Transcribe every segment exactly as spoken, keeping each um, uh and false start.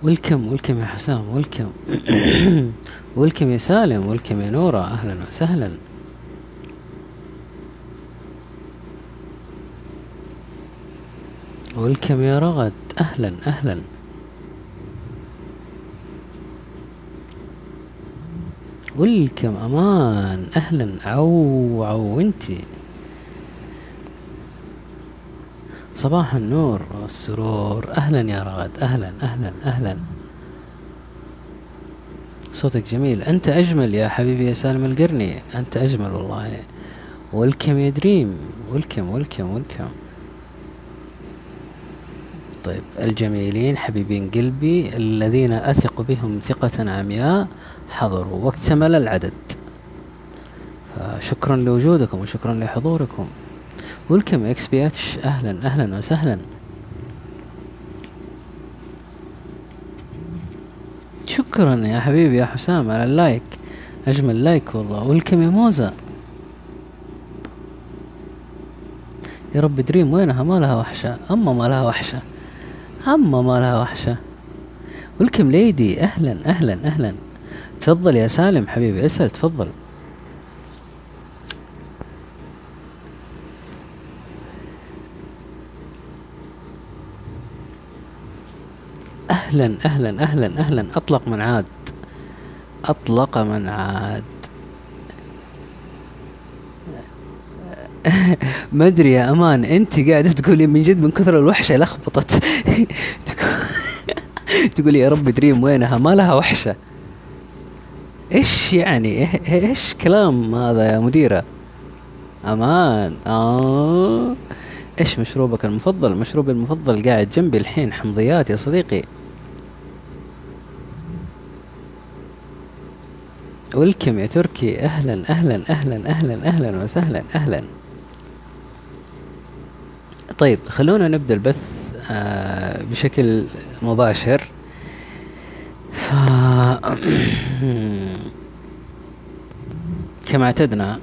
ولكم ولكم يا حسام، ولكم. ولكم يا سالم، ولكم يا نورة، أهلا وسهلا. ولكم يا رغد، أهلا أهلا. ولكم أمان، أهلا. عو عو انتي. صباح النور والسرور، أهلا يا رغد، أهلا أهلا أهلا. صوتك جميل، أنت أجمل يا حبيبي يا سالم القرني، أنت أجمل والله. ولكم يا دريم، ولكم ولكم ولكم. طيب، الجميلين حبيبين قلبي الذين أثق بهم ثقة عمياء حضروا واكتمل العدد، فشكرا لوجودكم وشكرا لحضوركم. ولكم اكس بي اتش، أهلا أهلا وسهلا. شكرا يا حبيبي يا حسام على اللايك، أجمل لايك والله. ولكم يا موزة. يا رب دريم وينها؟ ما لها وحشة، أما ما لها وحشة، أما ما لها وحشة. ولكم ليدي، أهلا أهلا أهلا. تفضل يا سالم حبيبي، اسأل تفضل. أهلا أهلا أهلا أهلا. أطلق من عاد، أطلق من عاد. ما أدري يا أمان، أنت قاعدة تقولي من جد من كثر الوحشة لخبطت. تقولي يا رب دريم وينها؟ ما لها وحشة. إيش يعني؟ إيه- إيش كلام هذا يا مديرة؟ أمان آه. إيش مشروبك المفضل؟ مشروبي المفضل قاعد جنبي الحين، حمضيات يا صديقي. ولكم يا تركي، أهلا أهلا أهلا أهلا أهلا وسهلا أهلا. طيب خلونا نبدأ البث آه بشكل مباشر. ف كما اعتدنا.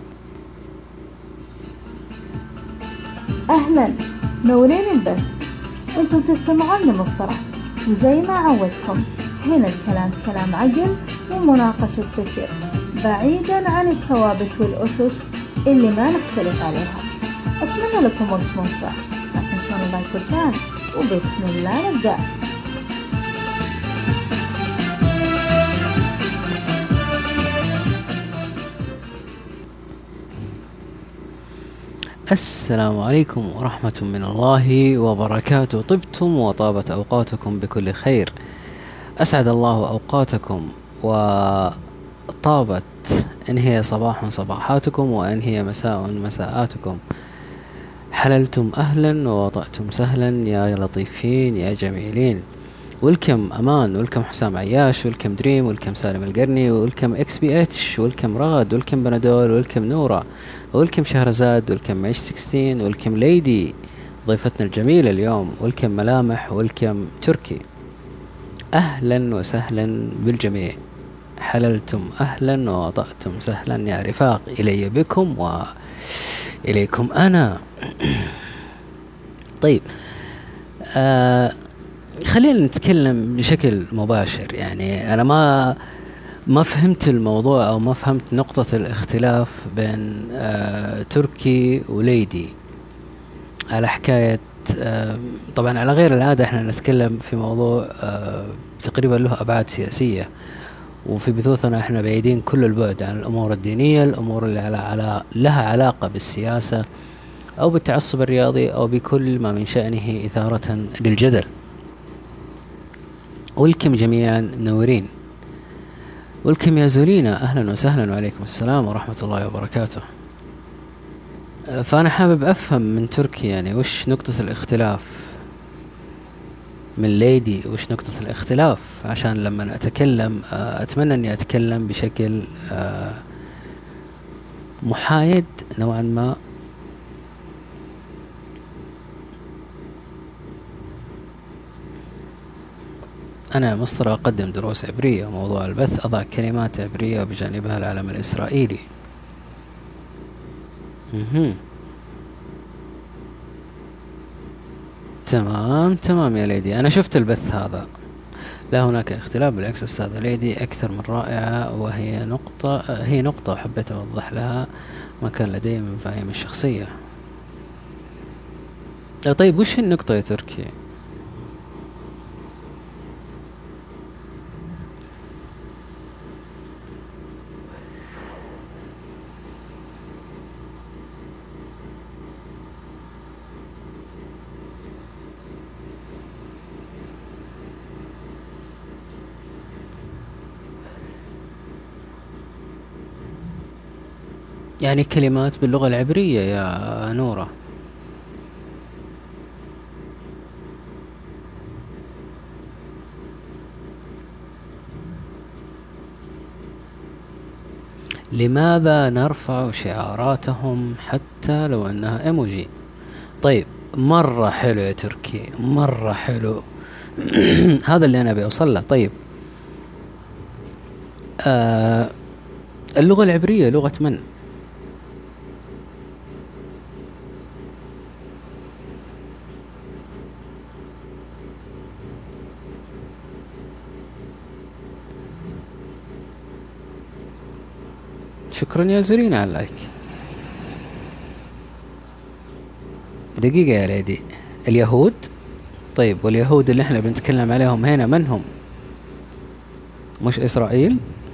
أهلا، منورين البث، وانتم تستمعون لمصطلح، وزي ما عودكم هنا الكلام كلام عقل ومناقشة فكر، بعيدا عن الثوابت والأسس اللي ما نختلف عليها. أتمنى لكم وقت ممتع، لا تنسون اللايك والفان، وبسم الله نبدأ. السلام عليكم ورحمة من الله وبركاته. طبتم وطابت أوقاتكم بكل خير، أسعد الله أوقاتكم وطابت إن هي صباح صباحاتكم وإن هي مساء مساءاتكم. حللتم أهلا ووطأتم سهلا يا لطيفين يا جميلين. ولكم أمان، ولكم حسام عياش، ولكم دريم، ولكم سالم القرني، ولكم اكس بي اتش، ولكم رغد، ولكم بنادول، ولكم نورة، ولكم شهرزاد، ولكم عيش ستاشر، ولكم ليدي ضيفتنا الجميلة اليوم، ولكم ملامح، ولكم تركي. أهلا وسهلا بالجميع. حللتم أهلا ووطأتم سهلا يا رفاق، إلي بكم وإليكم أنا. طيب آه خلينا نتكلم بشكل مباشر. يعني أنا ما ما فهمت الموضوع أو ما فهمت نقطة الاختلاف بين آه تركي وليدي على حكاية. آه طبعا على غير العادة احنا نتكلم في موضوع آه تقريبا له أبعاد سياسية، وفي بثوثنا احنا بعيدين كل البعد عن الأمور الدينية، الأمور اللي على على لها علاقة بالسياسة أو بالتعصب الرياضي أو بكل ما من شأنه إثارة للجدل. ولكم جميعا منورين. ولكم يا زولينا، أهلا وسهلا وعليكم السلام ورحمة الله وبركاته. فأنا حابب أفهم من تركي يعني وش نقطة الاختلاف، من ليدي وش نقطة الاختلاف، عشان لما أتكلم أتمنى أني أتكلم بشكل محايد نوعا ما. أنا مصدر أقدم دروس عبرية، موضوع البث أضع كلمات عبرية وبجانبها العلم الإسرائيلي. مهم. تمام تمام يا ليدي، أنا شفت البث هذا، لا هناك اختلاف، بالعكس أستاذة ليدي أكثر من رائعة، وهي نقطة هي نقطة حبيت أوضح لها ما كان لدي من مفاهيم الشخصية. طيب وش النقطة يا تركي؟ يعني كلمات باللغة العبرية يا نورة. لماذا نرفع شعاراتهم حتى لو أنها ايموجي؟ طيب مرة حلو يا تركي، مرة حلو. هذا اللي أنا بيوصل له. طيب آه اللغة العبرية لغة من؟ شكرا يا زرين على اللايك. دقيقة يا ليدي، اليهود؟ طيب واليهود اللي احنا بنتكلم عليهم هنا من هم؟ مش إسرائيل؟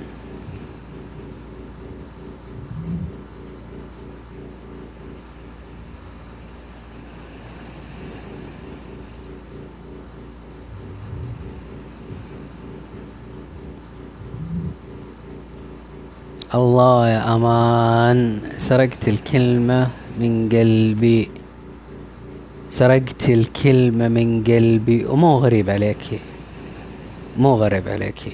الله يا أمان، سرقت الكلمة من قلبي، سرقت الكلمة من قلبي، ومو غريب عليكي، مو غريب عليكي.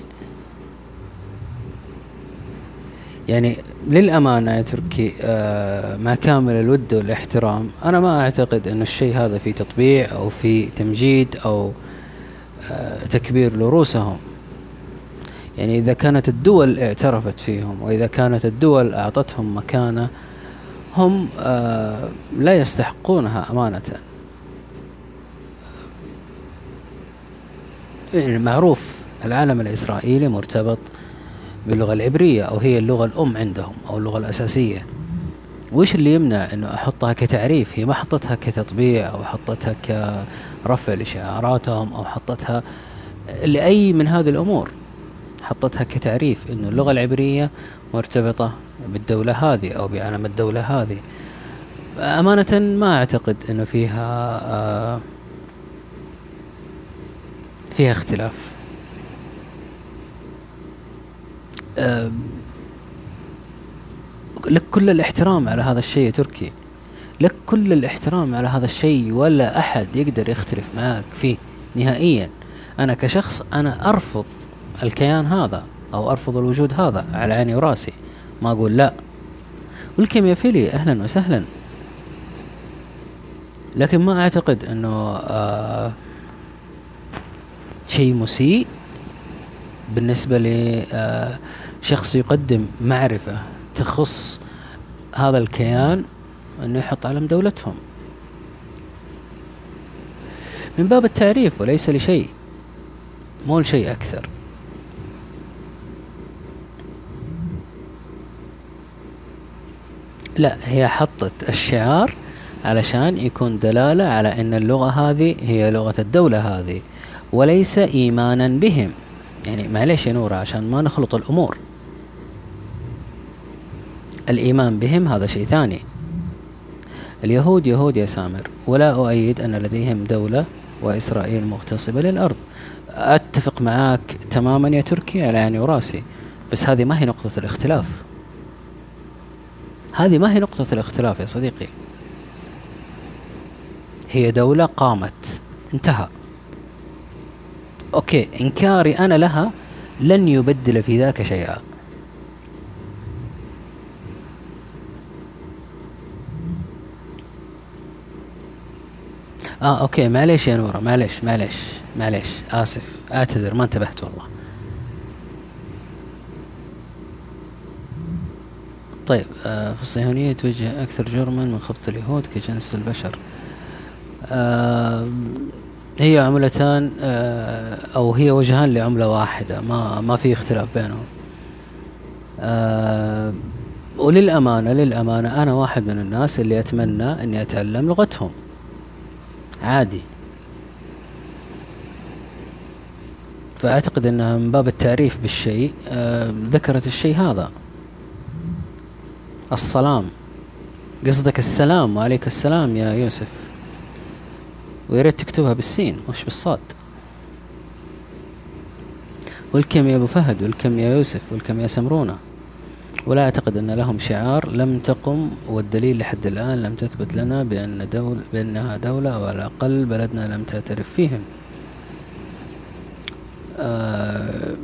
يعني للأمانة يا تركي، آه مع كامل الود والاحترام، أنا ما أعتقد أن الشيء هذا في تطبيع أو في تمجيد أو آه تكبير لرؤوسهم. يعني إذا كانت الدول اعترفت فيهم، وإذا كانت الدول أعطتهم مكانة، هم آه لا يستحقونها أمانة. يعني معروف العالم الإسرائيلي مرتبط باللغة العبرية، أو هي اللغة الأم عندهم أو اللغة الأساسية. وش اللي يمنع أنه أحطها كتعريف؟ هي ما حطتها كتطبيع أو حطتها كرفع لشعاراتهم أو حطتها لأي من هذه الأمور، حطتها كتعريف أنه اللغة العبرية مرتبطة بالدولة هذه أو بعلم الدولة هذه. أمانة ما أعتقد أنه فيها آه فيها اختلاف. آه لك كل الاحترام على هذا الشيء يا تركي، لك كل الاحترام على هذا الشيء، ولا أحد يقدر يختلف معك فيه نهائيا. أنا كشخص أنا أرفض الكيان هذا أو أرفض الوجود هذا على عيني وراسي، ما أقول لا. ولكم يا فيلي أهلا وسهلا، لكن ما أعتقد أنه آه شيء مسيء بالنسبة لشخص يقدم معرفة تخص هذا الكيان أنه يحط علم دولتهم من باب التعريف وليس لشيء، مو لشيء أكثر. لا، هي حطت الشعار علشان يكون دلالة على أن اللغة هذه هي لغة الدولة هذه، وليس إيمانا بهم. يعني معليش يا نورة عشان ما نخلط الأمور، الإيمان بهم هذا شيء ثاني. اليهود يهود يا سامر، ولا أؤيد أن لديهم دولة وإسرائيل مغتصبة للأرض. أتفق معاك تماما يا تركي على عيني وراسي، بس هذه ما هي نقطة الاختلاف، هذه ما هي نقطة الاختلاف يا صديقي. هي دولة قامت، انتهى. أوكي، إنكاري أنا لها لن يبدل في ذاك شيئا. آه أوكي، معليش يا نورة، معليش معليش معليش، آسف، أعتذر، ما انتبهت والله. طيب آه في الصهيونية توجه أكثر جرما من خبث اليهود كجنس البشر. آه هي عملتان، آه، أو هي وجهان لعملة واحدة، ما ما في اختلاف بينهم. آه، وللأمانة للأمانة أنا واحد من الناس اللي أتمنى أني أتعلم لغتهم عادي. فأعتقد أنها من باب التعريف بالشيء آه ذكرت الشيء هذا. السلام، قصدك السلام، وعليك السلام يا يوسف، وياريت تكتبها بالسين مش بالصاد. والكم يا أبو فهد، والكم يا يوسف، والكم يا سمرونة. ولا أعتقد أن لهم شعار لم تقم، والدليل لحد الآن لم تثبت لنا بأن دول بأنها دولة، أو على الأقل بلدنا لم تعترف فيهم. آه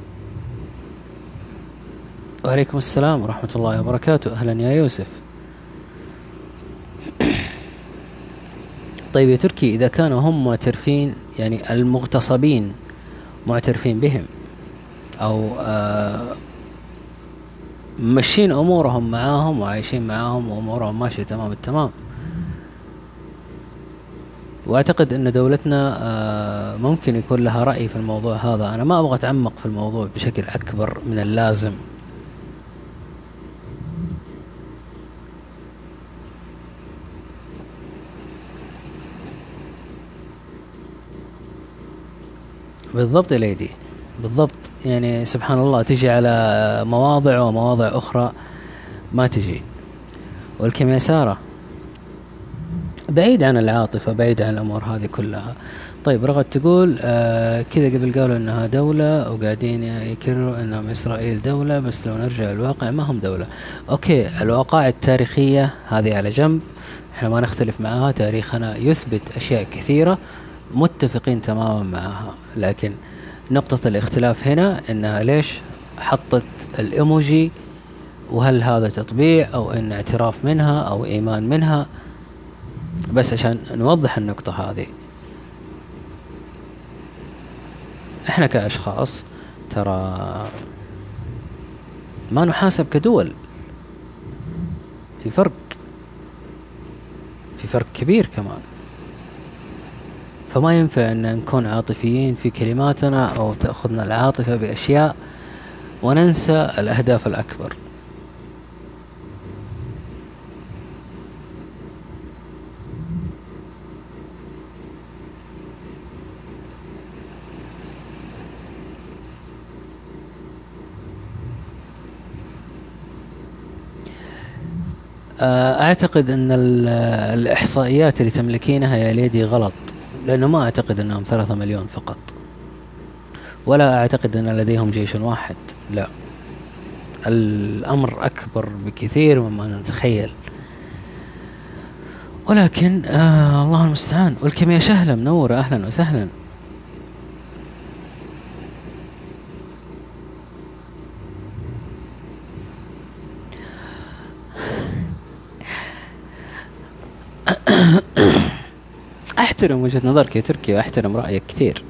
وعليكم السلام ورحمة الله وبركاته. أهلا يا يوسف. طيب يا تركي، إذا كانوا هم معترفين، يعني المغتصبين معترفين بهم، أو آه ماشيين أمورهم معاهم وعايشين معاهم وأمورهم ماشية تمام التمام، وأعتقد أن دولتنا آه ممكن يكون لها رأي في الموضوع هذا. أنا ما أبغى أتعمق في الموضوع بشكل أكبر من اللازم. بالضبط يا ليدي، بالضبط. يعني سبحان الله، تجي على مواضع ومواضع أخرى ما تجي. والكم يا سارة، بعيد عن العاطفة، بعيد عن الأمور هذه كلها. طيب رغد تقول آه كذا قبل قالوا انها دولة، وقاعدين يكرروا انهم اسرائيل دولة، بس لو نرجع الواقع ما هم دولة. اوكي، الوقائع التاريخية هذه على جنب، احنا ما نختلف معها، تاريخنا يثبت اشياء كثيرة متفقين تماما معها. لكن نقطة الاختلاف هنا انها ليش حطت الايموجي، وهل هذا تطبيع او ان اعتراف منها او ايمان منها، بس عشان نوضح النقطة هذه. احنا كأشخاص ترى ما نحاسب كدول، في فرق، في فرق كبير كمان. فما ينفع ان نكون عاطفيين في كلماتنا او تأخذنا العاطفة بأشياء وننسى الأهداف الأكبر. أعتقد أن الإحصائيات اللي تملكينها يا ليدي غلط، لأنه ما أعتقد أنهم ثلاثة مليون فقط، ولا أعتقد أن لديهم جيش واحد، لا، الأمر أكبر بكثير مما نتخيل. ولكن آه الله المستعان. والكم يا شهلة منورة، أهلا وسهلا. أحترم وجهة نظرك يا تركي، وأحترم رأيك كثير.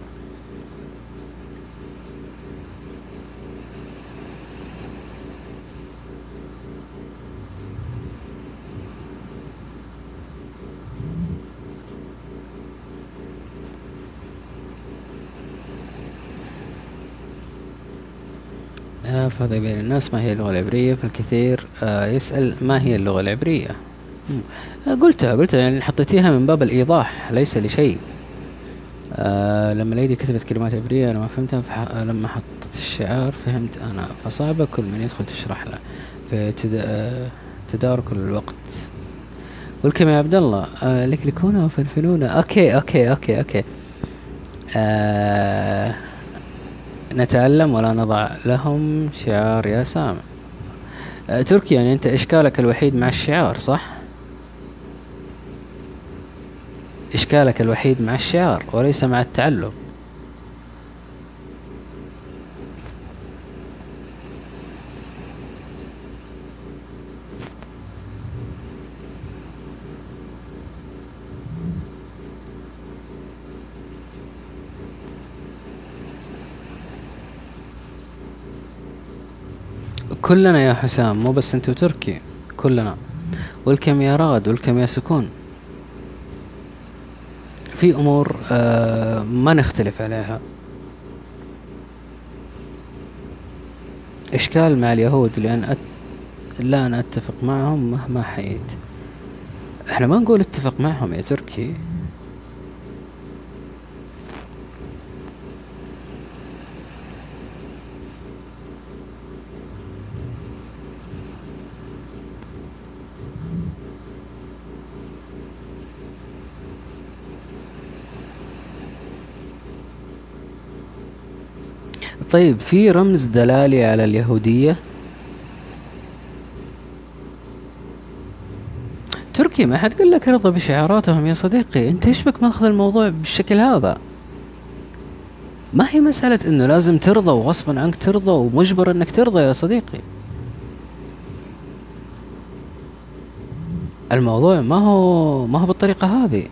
فهذا بين الناس ما هي اللغة العبرية، فالكثير آه يسأل ما هي اللغة العبرية. آه قلتها قلتها يعني حطيتيها من باب الإيضاح، ليس لشيء. آه لما ليدي كتبت كلمات عبرية أنا ما فهمتها، فح... لما حطت الشعار فهمت أنا، فصعبة كل من يدخل تشرح له في تد... آه تدارك الوقت. والكم يا عبد الله، آه لكلكونا وفلفلونا. أوكي أوكي أوكي أوكي آه نتعلم ولا نضع لهم شعار يا سامع. أه تركي، يعني أنت إشكالك الوحيد مع الشعار، صح؟ إشكالك الوحيد مع الشعار وليس مع التعلم. كلنا يا حسام، مو بس انت وتركي، كلنا. والكم يا رغد، والكم يا سكون. في أمور آه ما نختلف عليها. إشكال مع اليهود لأن أت... لا أنا أتفق معهم مهما حييت. احنا ما نقول اتفق معهم يا تركي. طيب في رمز دلالي على اليهودية؟ تركي ما حد قال لك ارضى بشعاراتهم يا صديقي، انت ايش بك ماخذ الموضوع بالشكل هذا؟ ما هي مسألة انه لازم ترضى وغصبا عنك ترضى ومجبر انك ترضى يا صديقي. الموضوع ما هو ما هو بالطريقة هذه.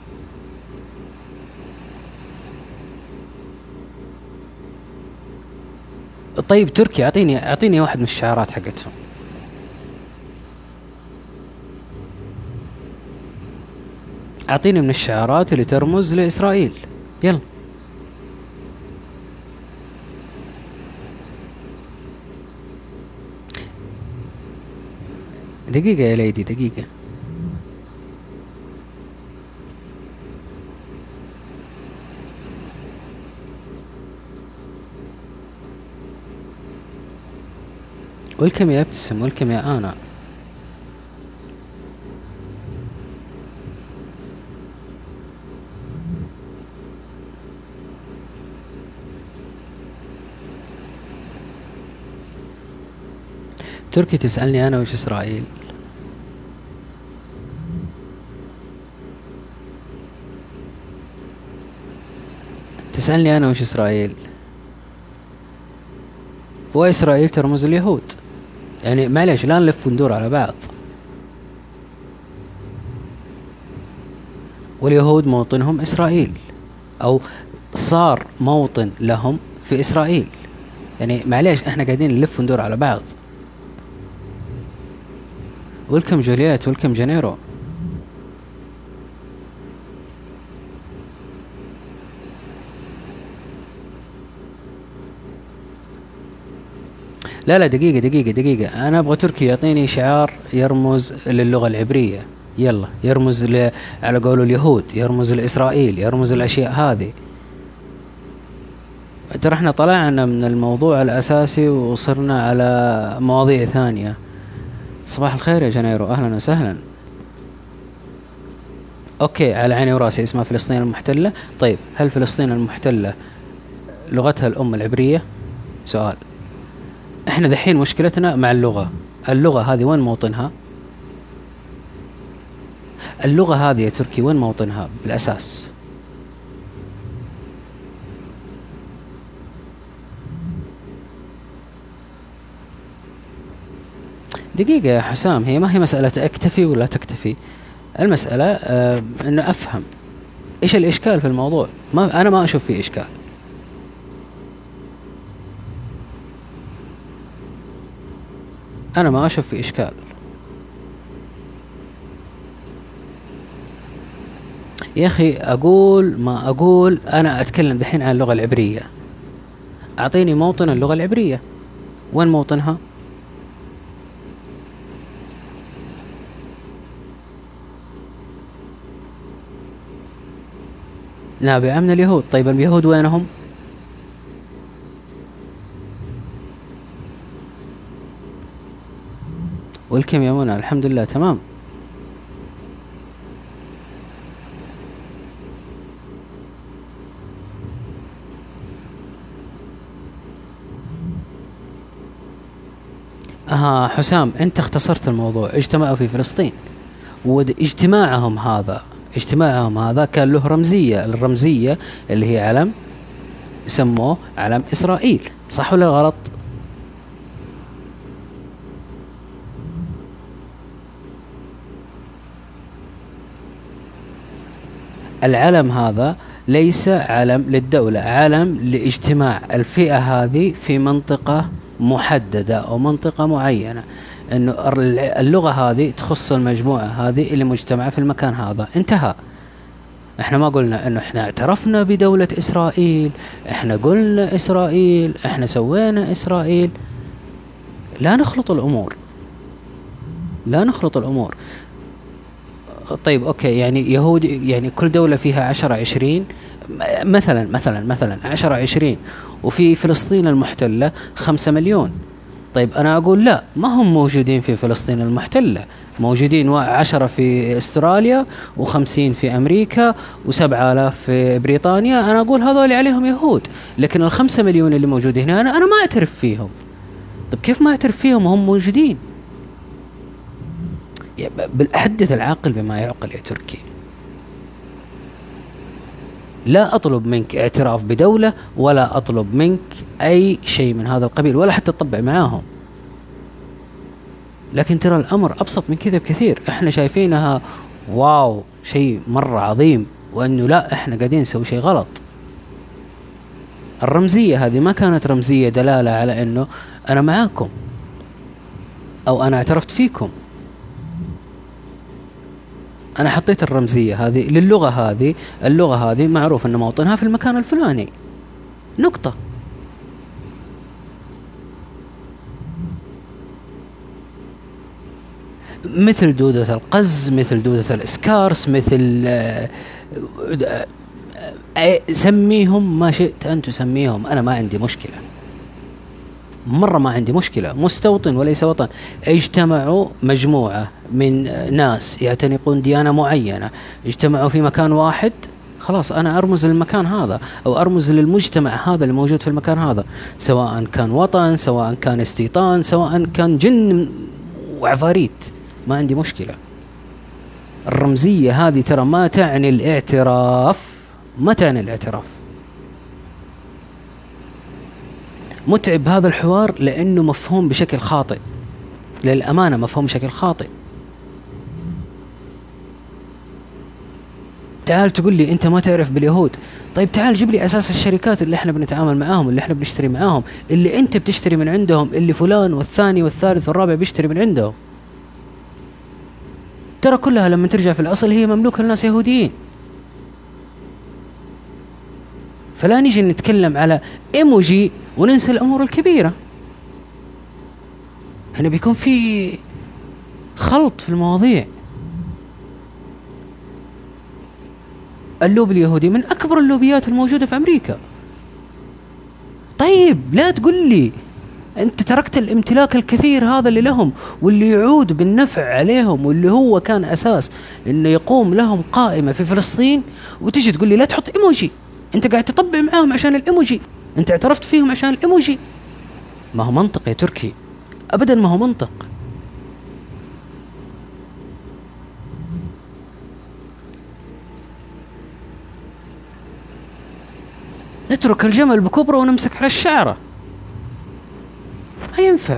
طيب تركي اعطيني اعطيني واحد من الشعارات حقتهم. اعطيني من الشعارات اللي ترمز لإسرائيل، يلا. دقيقة يا ليدي دقيقة. ولكم يا ابتسم، ولكم يا آنا. تركي تسألني أنا وش إسرائيل؟ تسألني أنا وش إسرائيل؟ وإسرائيل ترمز اليهود، يعني معليش لا نلف وندور على بعض. واليهود موطنهم إسرائيل، أو صار موطن لهم في إسرائيل، يعني معليش احنا قاعدين نلف وندور على بعض. ولكم جولييت، ولكم جانيرو. لا لا دقيقة دقيقة دقيقة، أنا أبغى تركي يعطيني شعار يرمز للغة العبرية، يلا يرمز ل... على قول اليهود يرمز لإسرائيل، يرمز الأشياء هذه. ترى احنا طلعنا من الموضوع الأساسي وصرنا على مواضيع ثانية. صباح الخير يا جنيرو، أهلا وسهلا. أوكي على عيني وراسي، اسمها فلسطين المحتلة. طيب هل فلسطين المحتلة لغتها الأم العبرية؟ سؤال. احنا دحين مشكلتنا مع اللغة. اللغة هذه وين موطنها؟ اللغة هذه يا تركي وين موطنها بالأساس؟ دقيقة يا حسام، هي ما هي مسألة اكتفي ولا تكتفي. المسألة اه انه افهم ايش الاشكال في الموضوع. ما انا ما اشوف فيه اشكال. انا ما اشوف فيه اشكال يا اخي. اقول ما اقول، انا اتكلم دحين عن اللغة العبرية. اعطيني موطن اللغة العبرية، وين موطنها؟ نابعة من اليهود. طيب اليهود وينهم؟ والكم يا منى، الحمد لله تمام. اها حسام، انت اختصرت الموضوع. اجتمعوا في فلسطين، واجتماعهم هذا اجتماعهم هذا كان له رمزية. الرمزية اللي هي علم، سموه علم إسرائيل، صح ولا غلط؟ العلم هذا ليس علم للدولة، علم لاجتماع الفئة هذه في منطقة محددة أو منطقة معينة، أنه اللغة هذه تخص المجموعة هذه اللي مجتمعة في المكان هذا، انتهى. احنا ما قلنا انه احنا اعترفنا بدولة اسرائيل، احنا قلنا اسرائيل، احنا سوينا اسرائيل. لا نخلط الامور، لا نخلط الامور. طيب اوكي، يعني يهود، يعني كل دولة فيها عشرة عشرين مثلا مثلا مثلا عشرة عشرين، وفي فلسطين المحتلة خمسة مليون. طيب انا اقول لا، ما هم موجودين في فلسطين المحتلة، موجودين عشرة في استراليا وخمسين في امريكا وسبعة آلاف في بريطانيا. انا اقول هذول عليهم يهود، لكن الخمسة مليون اللي موجودين هنا انا, أنا ما اعترف فيهم. طيب كيف ما اعترف فيهم وهم موجودين؟ بالحدث العاقل بما يعقل يا تركي. لا أطلب منك اعتراف بدولة، ولا أطلب منك أي شيء من هذا القبيل، ولا حتى تطبع معاهم. لكن ترى الأمر أبسط من كذا بكثير. إحنا شايفينها واو شيء مرة عظيم، وأنه لا إحنا قاعدين نسوي شيء غلط. الرمزية هذه ما كانت رمزية دلالة على أنه أنا معاكم أو أنا اعترفت فيكم. أنا حطيت الرمزية هذه للغة هذه، اللغة هذه معروف أن موطنها في المكان الفلاني، نقطة. مثل دودة القز، مثل دودة الإسكارس، مثل سميهم ما شئت أن تسميهم، أنا ما عندي مشكلة، مرة ما عندي مشكلة. مستوطن وليس وطن. اجتمعوا مجموعة من ناس يعتنقون ديانة معينة، اجتمعوا في مكان واحد، خلاص أنا أرمز للمكان هذا أو أرمز للمجتمع هذا اللي موجود في المكان هذا، سواء كان وطن، سواء كان استيطان، سواء كان جن وعفاريت، ما عندي مشكلة. الرمزية هذه ترى ما تعني الاعتراف، ما تعني الاعتراف. متعب هذا الحوار لأنه مفهوم بشكل خاطئ، للأمانة مفهوم بشكل خاطئ. تعال تقول لي أنت ما تعرف باليهود، طيب تعال جيب لي أساس الشركات اللي احنا بنتعامل معاهم، اللي احنا بنشتري معاهم، اللي أنت بتشتري من عندهم، اللي فلان والثاني والثالث والرابع بيشتري من عندهم. ترى كلها لما ترجع في الأصل هي مملوكة لناس يهوديين. فلا نيجي نتكلم على ايموجي وننسى الأمور الكبيرة. هنا بيكون في خلط في المواضيع. اللوب اليهودي من أكبر اللوبيات الموجودة في أمريكا. طيب لا تقول لي أنت تركت الامتلاك الكثير هذا اللي لهم واللي يعود بالنفع عليهم، واللي هو كان أساس إنه يقوم لهم قائمة في فلسطين، وتجي تقول لي لا تحط ايموجي. أنت قاعد تطبع معاهم عشان الايموجي، أنت اعترفت فيهم عشان الايموجي. ما هو منطق يا تركي، أبدا ما هو منطق. نترك الجمل بكبره ونمسك على الشعرة، ما ينفع.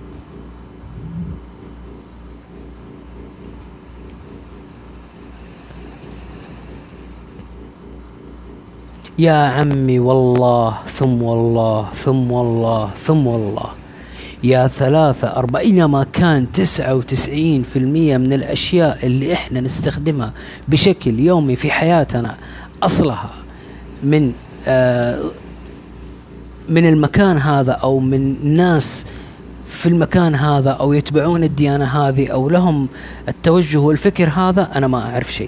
يا عمي والله ثم والله ثم والله ثم والله يا ثلاثة أربعة، إنما كان تسعة وتسعين في المية من الأشياء اللي إحنا نستخدمها بشكل يومي في حياتنا أصلها من آه من المكان هذا، أو من ناس في المكان هذا، أو يتبعون الديانة هذه، أو لهم التوجه والفكر هذا. أنا ما أعرف شيء.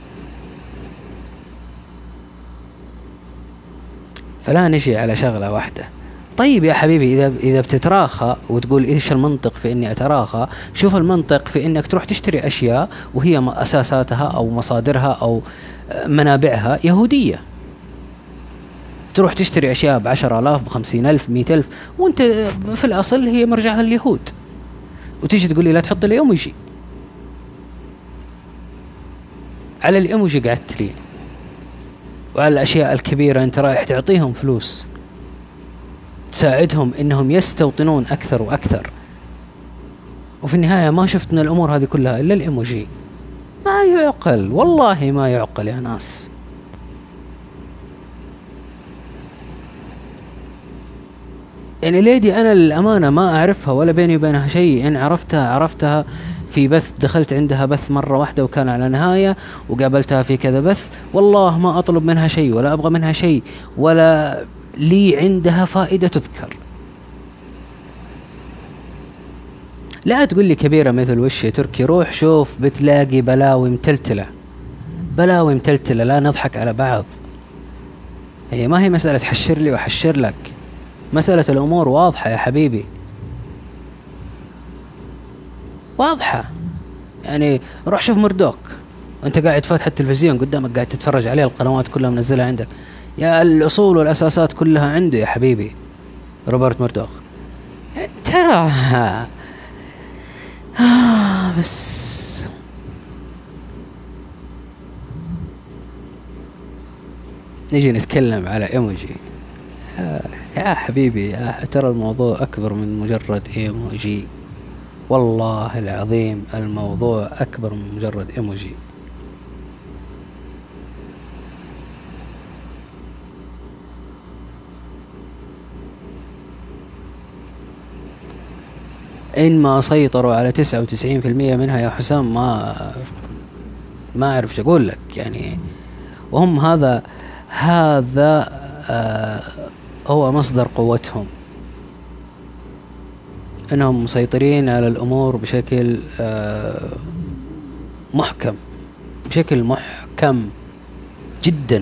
فلا نجي على شغلة واحدة. طيب يا حبيبي، إذا إذا بتتراخى وتقول إيش المنطق في إني أتراخى، شوف المنطق في إنك تروح تشتري أشياء وهي أساساتها أو مصادرها أو منابعها يهودية. تروح تشتري أشياء بعشر آلاف، بخمسين ألف، مئة ألف، وأنت في الأصل هي مرجعها اليهود، وتيجي تقول لي لا تحط لي ايموجي. على الايموجي قعدت لي، وعلى الأشياء الكبيرة أنت رايح تعطيهم فلوس تساعدهم إنهم يستوطنون أكثر وأكثر، وفي النهاية ما شفت من الأمور هذه كلها إلا الإيموجي. ما يعقل، والله ما يعقل يا ناس. يعني ليدي أنا للأمانة ما أعرفها ولا بيني وبينها شيء، إن عرفتها عرفتها في بث دخلت عندها بث مرة واحدة وكان على نهاية، وقابلتها في كذا بث، والله ما أطلب منها شيء ولا أبغى منها شيء ولا لي عندها فائدة تذكر. لا تقول لي كبيرة مثل وش يا تركي، روح شوف بتلاقي بلاوي متلتلة، بلاوي متلتلة، لا نضحك على بعض. هي ما هي مسألة حشر لي وحشر لك، مسألة الأمور واضحة يا حبيبي، واضحة. يعني روح شوف مردوك وانت قاعد فاتح التلفزيون قدامك قاعد تتفرج عليه، القنوات كلها منزلها عندك، يا الأصول والأساسات كلها عنده يا حبيبي روبرت مردوك. ترى آه بس نيجي نتكلم على ايموجي. آه يا حبيبي يا ترى الموضوع أكبر من مجرد ايموجي، والله العظيم الموضوع أكبر من مجرد ايموجي. إن ما سيطروا على تسعة وتسعين في المية منها يا حسام ما ما أعرف شو أقول لك يعني. وهم هذا هذا آه هو مصدر قوتهم، أنهم مسيطرين على الأمور بشكل آه محكم، بشكل محكم جدا.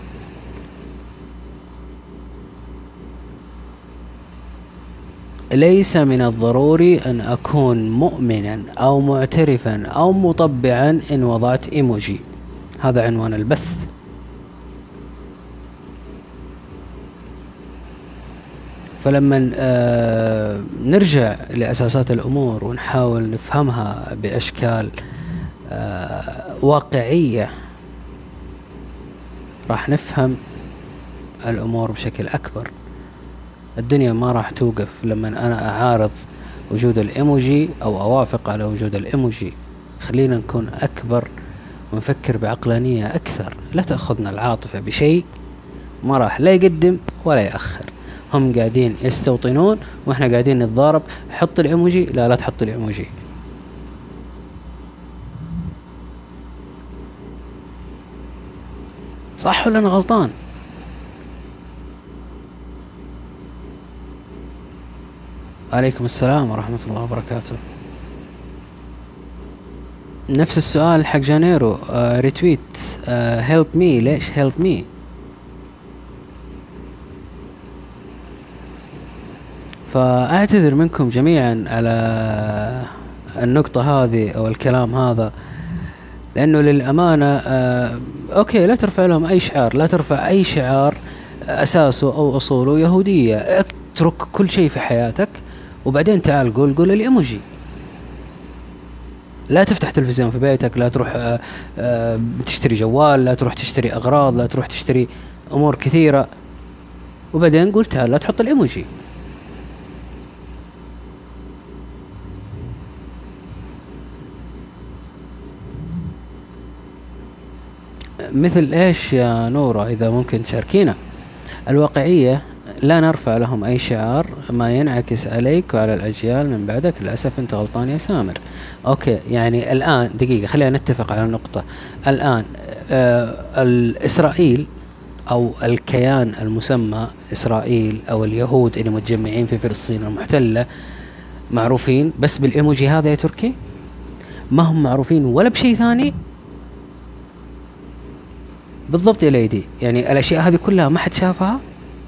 ليس من الضروري أن أكون مؤمنا أو معترفا أو مطبعا إن وضعت إيموجي، هذا عنوان البث. فلما آه نرجع لأساسات الأمور ونحاول نفهمها بأشكال آه واقعية، راح نفهم الأمور بشكل أكبر. الدنيا ما راح توقف لما أنا أعارض وجود الإيموجي أو أوافق على وجود الإيموجي. خلينا نكون أكبر ونفكر بعقلانية أكثر، لا تأخذنا العاطفة بشيء ما راح لا يقدم ولا يأخر. هم قاعدين يستوطنون وإحنا قاعدين نتضارب، حط الإيموجي، لا لا تحط الإيموجي. صح ولا أنا غلطان؟ عليكم السلام ورحمة الله وبركاته. نفس السؤال حق جانيرو. آه ريتويت. آه هيلب مي. ليش هيلب مي؟ فأعتذر منكم جميعا على النقطة هذه أو الكلام هذا، لأنه للأمانة آه أوكي لا ترفع لهم أي شعار، لا ترفع أي شعار أساسه أو أصوله يهودية. اترك كل شيء في حياتك وبعدين تعال قول قول الإيموجي. لا تفتح تلفزيون في بيتك، لا تروح آآ آآ تشتري جوال، لا تروح تشتري أغراض، لا تروح تشتري أمور كثيرة، وبعدين قول تعال لا تحط الإيموجي. مثل إيش يا نورة إذا ممكن تشاركينا؟ الواقعية لا نرفع لهم أي شعار ما ينعكس عليك وعلى الأجيال من بعدك. للأسف أنت غلطان يا سامر. أوكي يعني الآن دقيقة خلينا نتفق على نقطة. الآن آه الإسرائيل أو الكيان المسمى إسرائيل أو اليهود اللي متجمعين في فلسطين المحتلة معروفين بس بالإيموجي هذا يا تركي، ما هم معروفين ولا بشيء ثاني. بالضبط يا ليدي، يعني الأشياء هذه كلها ما حد شافها.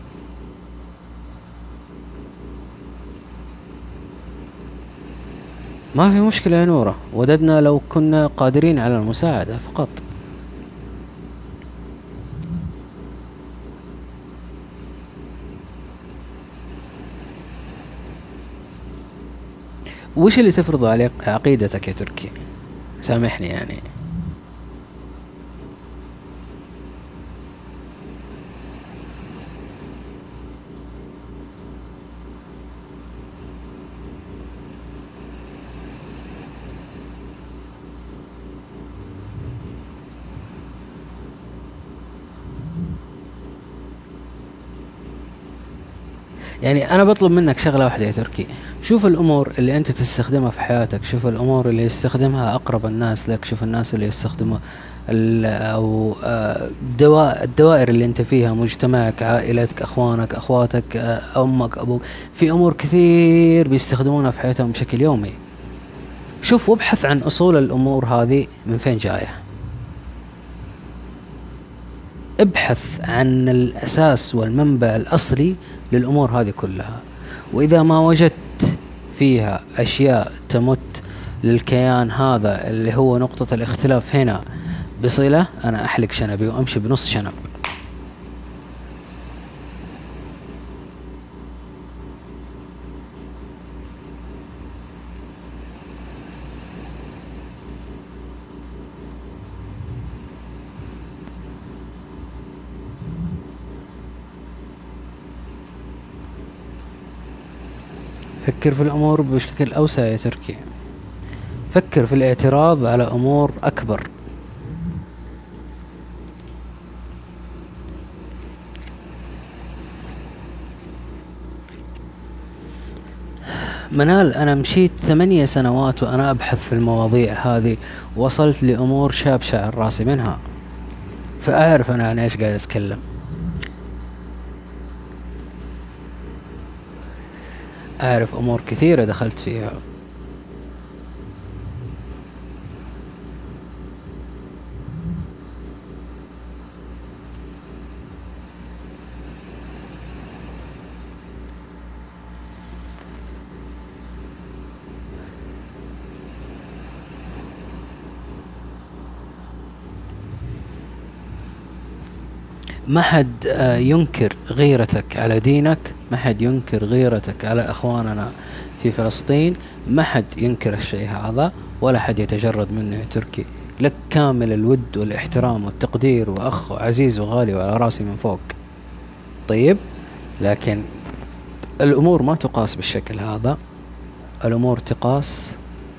ما في مشكلة يا نورة، وددنا لو كنا قادرين على المساعدة فقط. وش اللي تفرضه عليك عقيدتك يا تركي؟ سامحني يعني. يعني أنا بطلب منك شغلة واحدة يا تركي، شوف الأمور اللي أنت تستخدمها في حياتك، شوف الأمور اللي يستخدمها أقرب الناس لك، شوف الناس اللي يستخدموا ال- أو آه، دوا- الدوائر اللي أنت فيها، مجتمعك، عائلتك، أخوانك، أخواتك، آه، أمك، أبوك. في أمور كثير بيستخدمونها في حياتهم بشكل يومي. شوف وابحث عن أصول الأمور هذه من فين جاية، ابحث عن الأساس والمنبع الأصلي للأمور هذه كلها. وإذا ما وجدت فيها أشياء تمت للكيان هذا اللي هو نقطة الاختلاف هنا بصلة، أنا أحلق شنبي وأمشي بنص شنب. فكر في الأمور بشكل أوسع يا تركي، فكر في الاعتراض على أمور أكبر. منال، أنا مشيت ثمانية سنوات وأنا أبحث في المواضيع هذه، وصلت لأمور شاب شعر راسي منها، فأعرف أنا عن إيش قاعد أتكلم. أعرف أمور كثيرة دخلت فيها. ما حد آه، ينكر غيرتك على دينك، ما حد ينكر غيرتك على أخواننا في فلسطين، ما حد ينكر الشيء هذا، ولا حد يتجرد منه يا تركي. لك كامل الود والاحترام والتقدير، وأخ عزيز وغالي وعلى راسي من فوق. طيب، لكن الأمور ما تقاس بالشكل هذا، الأمور تقاس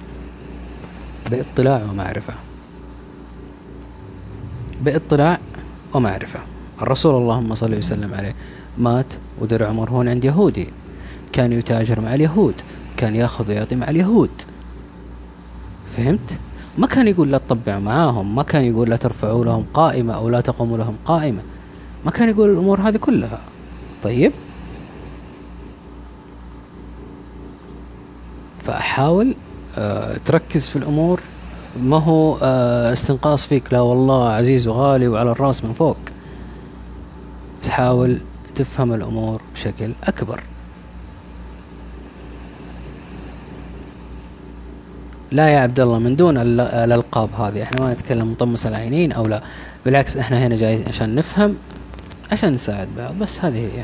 باطلاع ومعرفة، باطلاع ومعرفة. الرسول اللهم صل وسلم عليه مات ودرع مرهون عند يهودي، كان يتاجر مع اليهود، كان ياخذ ويعطي مع اليهود. فهمت؟ ما كان يقول لا تطبعوا معاهم، ما كان يقول لا ترفعوا لهم قائمة أو لا تقوموا لهم قائمة، ما كان يقول الأمور هذه كلها. طيب، فأحاول أه تركز في الأمور، ما هو أه استنقاص فيك، لا والله عزيز وغالي وعلى الراس من فوق. تحاول تفهم الأمور بشكل أكبر. لا يا عبد الله، من دون الألقاب هذه، احنا ما نتكلم مطمس العينين أو لا، بالعكس احنا هنا جاي عشان نفهم، عشان نساعد بعض، بس هذه هي.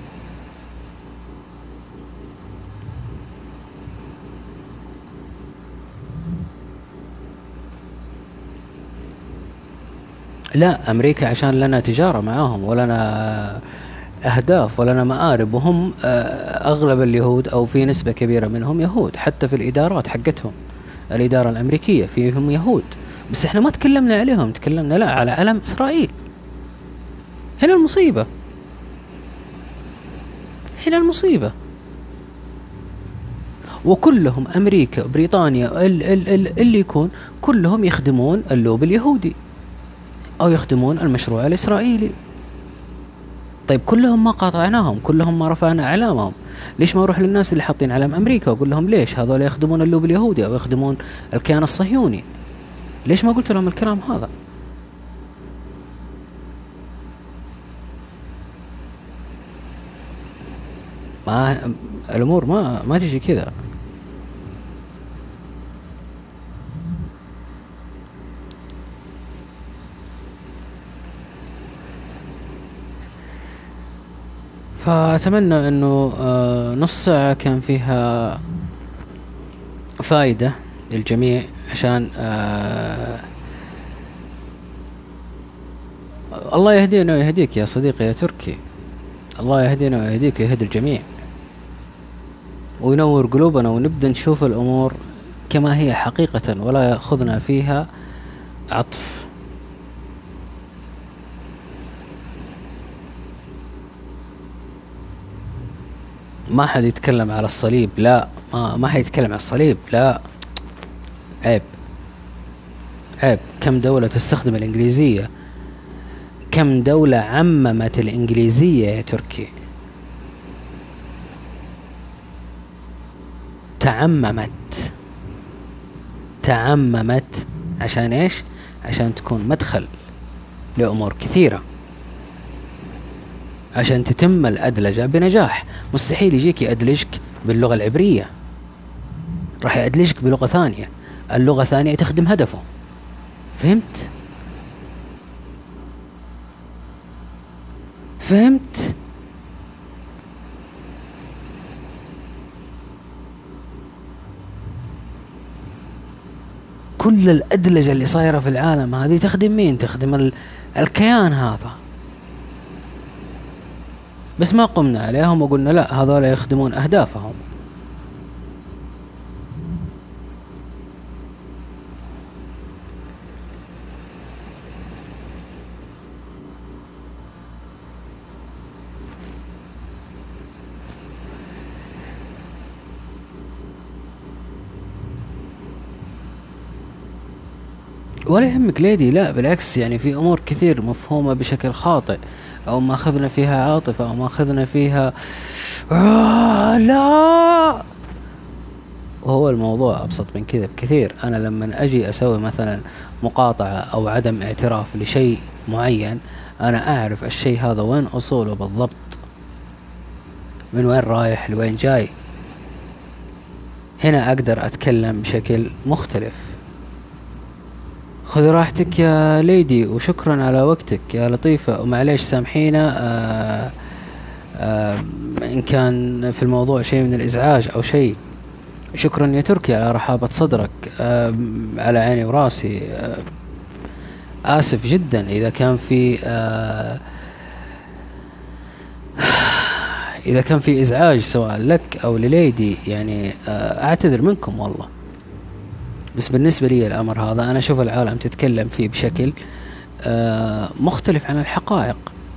لا، أمريكا عشان لنا تجارة معاهم، ولنا أهداف، ولنا مآرب، وهم أغلب اليهود أو في نسبة كبيرة منهم يهود، حتى في الإدارات حقتهم، الإدارة الأمريكية فيهم يهود، بس احنا ما تكلمنا عليهم، تكلمنا لا على علم إسرائيل. هنا المصيبة، هنا المصيبة. وكلهم أمريكا، بريطانيا، ال ال ال اللي يكون، كلهم يخدمون اللوب اليهودي أو يخدمون المشروع الإسرائيلي. طيب، كلهم ما قاطعناهم، كلهم ما رفعنا أعلامهم، ليش ما أروح للناس اللي حاطين علم أمريكا وأقول لهم ليش هذول يخدمون اللوب اليهودي أو يخدمون الكيان الصهيوني؟ ليش ما قلت لهم الكلام هذا؟ ما الأمور ما ما تجي كذا. فأتمنى أنه آه نص ساعة كان فيها فائدة للجميع، عشان آه الله يهدينا ويهديك يا صديقي يا تركي، الله يهدينا ويهديك ويهدي الجميع، وينور قلوبنا، ونبدأ نشوف الأمور كما هي حقيقة، ولا يأخذنا فيها عطف. ما حد يتكلم على الصليب، لا، ما ما حد يتكلم على الصليب، لا، عيب عيب. كم دولة تستخدم الإنجليزية؟ كم دولة عممت الإنجليزية يا تركي؟ تعممت تعممت عشان ايش؟ عشان تكون مدخل لأمور كثيرة، عشان تتم الأدلجة بنجاح. مستحيل يجيك يأدلجك باللغة العبرية، راح يأدلجك بلغة ثانية، اللغة ثانية تخدم هدفه. فهمت؟ فهمت؟ كل الأدلجة اللي صايرة في العالم هذه تخدم مين؟ تخدم ال... الكيان هذا. بس ما قمنا عليهم وقلنا لا، هذول يخدمون أهدافهم. ولا يهمك ليدي، لا بالعكس، يعني في أمور كثير مفهومة بشكل خاطئ، أو ما أخذنا فيها عاطفة، أو ما أخذنا فيها آه لا. وهو الموضوع أبسط من كذا بكثير. أنا لما أجي أسوي مثلا مقاطعة أو عدم اعتراف لشيء معين، أنا أعرف الشيء هذا وين أصوله بالضبط، من وين رايح لوين جاي. هنا أقدر أتكلم بشكل مختلف. خذ راحتك يا ليدي، وشكرا على وقتك يا لطيفة، ومعليش سامحينا آآ آآ إن كان في الموضوع شيء من الإزعاج أو شيء. شكرا يا تركي على رحابة صدرك، على عيني وراسي. آسف جدا إذا كان في إذا كان في إزعاج سواء لك أو لليدي، يعني أعتذر منكم والله. بس بالنسبة لي الأمر هذا أنا أشوف العالم تتكلم فيه بشكل مختلف عن الحقائق.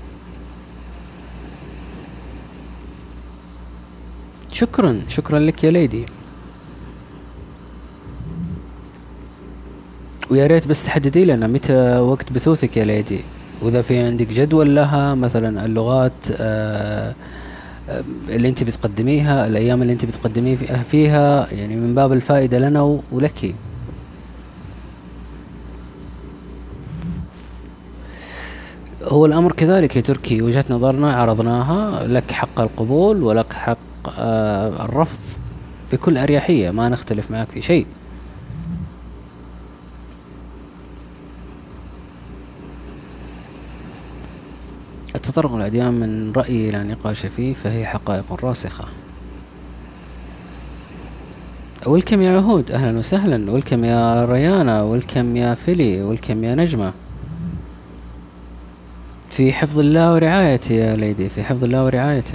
شكرا شكرا لك يا ليدي، ويا ريت بس تحددي لنا متى وقت بثوثك يا ليدي، وإذا في عندك جدول لها مثلا اللغات آه اللي انت بتقدميها، الأيام اللي انت بتقدمي فيها، يعني من باب الفائدة لنا ولك. هو الأمر كذلك يا تركي، وجهة نظرنا عرضناها لك، حق القبول ولك حق آه الرفض بكل أريحية، ما نختلف معك في شيء. التطرق الأديان من رأيي لا نقاش فيه، فهي حقائق راسخة. ولكم يا عهود، أهلا وسهلا. ولكم يا ريانا، ولكم يا فيلي، ولكم يا نجمة. في حفظ الله ورعايته يا ليدي، في حفظ الله ورعايته.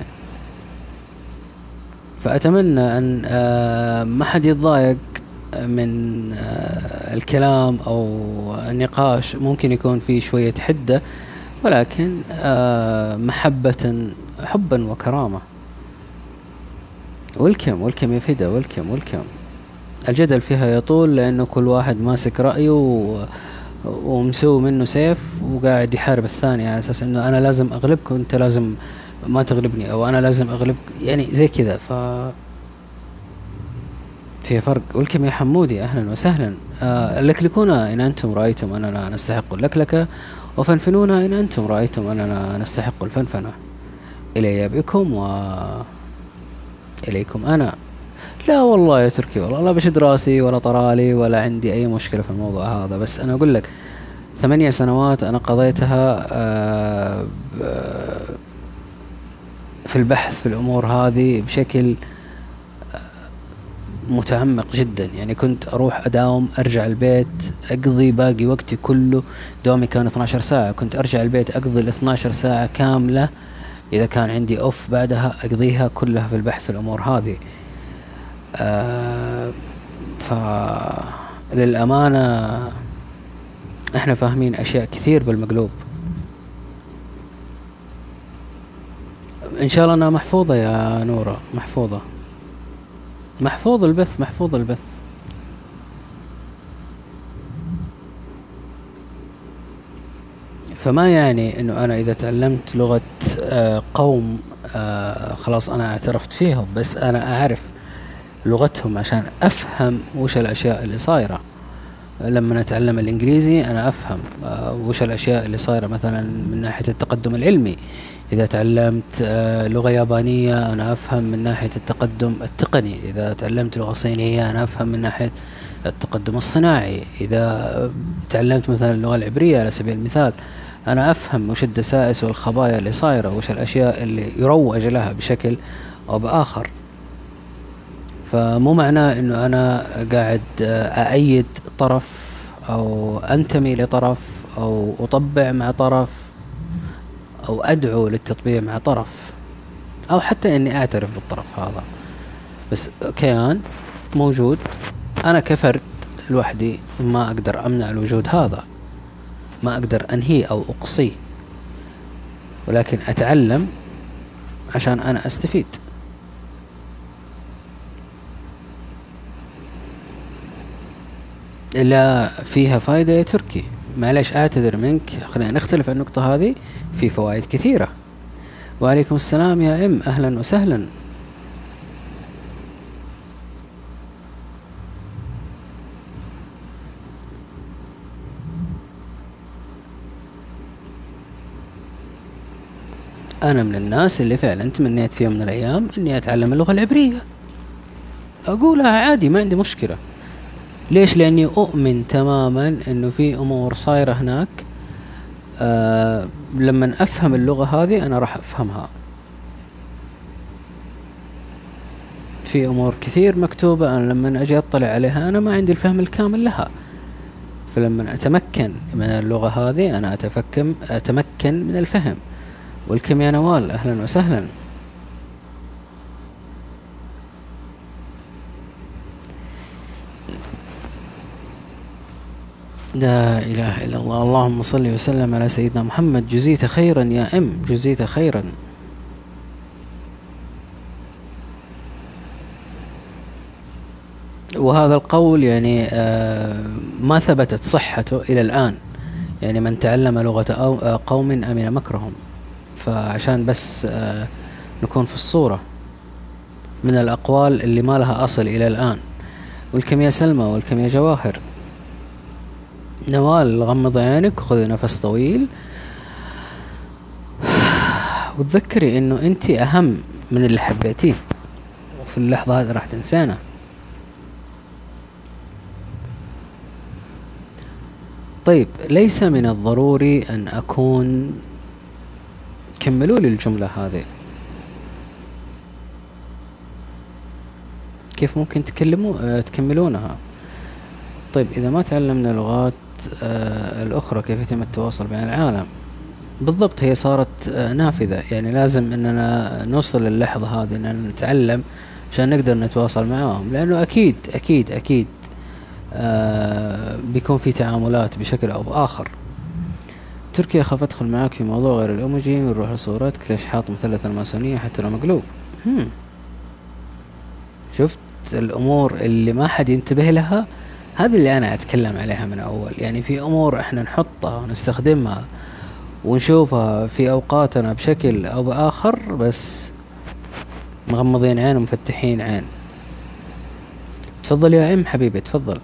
فأتمنى أن ما حد يتضايق من الكلام أو النقاش. ممكن يكون فيه شوية حدة، ولكن محبة، حبا وكرامة. ولكم ولكم يا فدا، ولكم ولكم. الجدل فيها يطول لأنه كل واحد ماسك رأيه و... ومسوي منه سيف وقاعد يحارب الثاني على أساس أنه أنا لازم أغلبك وأنت لازم ما تغلبني، أو أنا لازم أغلبك، يعني زي كذا. ف في فرق. ولكم يا حمودي، أهلا وسهلا. آه لكلكونا إن أنتم رأيتم أننا نستحق اللكلكة، وفنفنونا إن أنتم رأيتم أننا نستحق الفنفنة. إلي بكم وإليكم أنا. لا والله يا تركي، والله لا بشد راسي ولا طرالي ولا عندي أي مشكلة في الموضوع هذا. بس أنا أقول لك ثمانية سنوات أنا قضيتها في البحث في الأمور هذه بشكل متعمق جدا. يعني كنت أروح أداوم، أرجع البيت، أقضي باقي وقتي كله. دومي كان اثنتا عشرة ساعة، كنت أرجع البيت أقضي ال اثنتا عشرة ساعة كاملة. إذا كان عندي أوف بعدها أقضيها كلها في البحث في الأمور هذه. آه فللأمانة احنا فاهمين أشياء كثير بالمقلوب. إن شاء الله أنها محفوظة يا نورة، محفوظة، محفوظ البث، محفوظ البث. فما يعني انه انا اذا تعلمت لغة آه قوم آه خلاص انا اعترفت فيهم، بس انا اعرف لغتهم عشان افهم وش الاشياء اللي صايرة. لما نتعلم الانجليزي انا افهم آه وش الاشياء اللي صايرة مثلا من ناحية التقدم العلمي. اذا تعلمت آه لغة يابانية انا افهم من ناحية التقدم التقني. اذا تعلمت لغة صينية انا افهم من ناحية التقدم الصناعي. اذا تعلمت مثلا اللغة العبرية على سبيل المثال انا افهم وش الدسائس والخبايا اللي صايرة، وش الاشياء اللي يروج لها بشكل او باخر. فمو معناه انه انا قاعد اأيد طرف او انتمي لطرف او اطبع مع طرف او ادعو للتطبيع مع طرف او حتى اني اعترف بالطرف هذا، بس كيان موجود. انا كفرد لوحدي ما اقدر امنع الوجود هذا، ما اقدر انهيه او اقصيه، ولكن اتعلم عشان انا استفيد. لا فيها فايدة يا تركي، معلش اعتذر منك، خلينا نختلف عن النقطة هذه. في فوائد كثيرة. وعليكم السلام يا ام، اهلا وسهلا. انا من الناس اللي فعلا تمنيت في يوم من الايام اني اتعلم اللغة العبرية، اقولها عادي ما عندي مشكلة. ليش؟ لاني اؤمن تماما انه في امور صايرة هناك آه لما افهم اللغة هذه انا راح افهمها. في امور كثير مكتوبة انا لما اجي اطلع عليها انا ما عندي الفهم الكامل لها، فلما اتمكن من اللغة هذه انا اتفكم اتمكن من الفهم. والكم يا نوال، اهلا وسهلا. لا اله الا الله، اللهم صل وسلم على سيدنا محمد. جزيت خيرا يا ام، جزيت خيرا. وهذا القول يعني آه ما ثبتت صحته الى الان، يعني من تعلم لغة أو قوم امن مكرهم. فعشان بس آه نكون في الصورة، من الأقوال اللي ما لها أصل إلى الآن. والكم يا سلمى، والكم يا جواهر. نوال غمض عينك وخذي نفس طويل وتذكري إنه أنت أهم من اللي حبيتيه، وفي اللحظة هذه راح تنسانا. طيب ليس من الضروري أن أكون، كملوا لي الجملة هذه. كيف ممكن تكلموا آه تكملونها؟ طيب إذا ما تعلمنا لغات آه الأخرى كيف يتم التواصل بين العالم؟ بالضبط، هي صارت آه نافذة، يعني لازم أننا نوصل للحظة هذه أننا نتعلم عشان نقدر نتواصل معهم، لأنه أكيد أكيد أكيد آه بيكون في تعاملات بشكل أو بآخر. تركيا خاف أدخل معاك في موضوع غير الأوموجي ونروح لصورتك، ليش حاط مثلث الماسونية حتى لو مقلوب؟ هم. شفت الأمور اللي ما حد ينتبه لها، هذه اللي أنا أتكلم عليها من أول. يعني في أمور إحنا نحطها ونستخدمها ونشوفها في أوقاتنا بشكل أو بآخر، بس مغمضين عين ومفتحين عين. تفضل يا أم حبيبي، تفضل.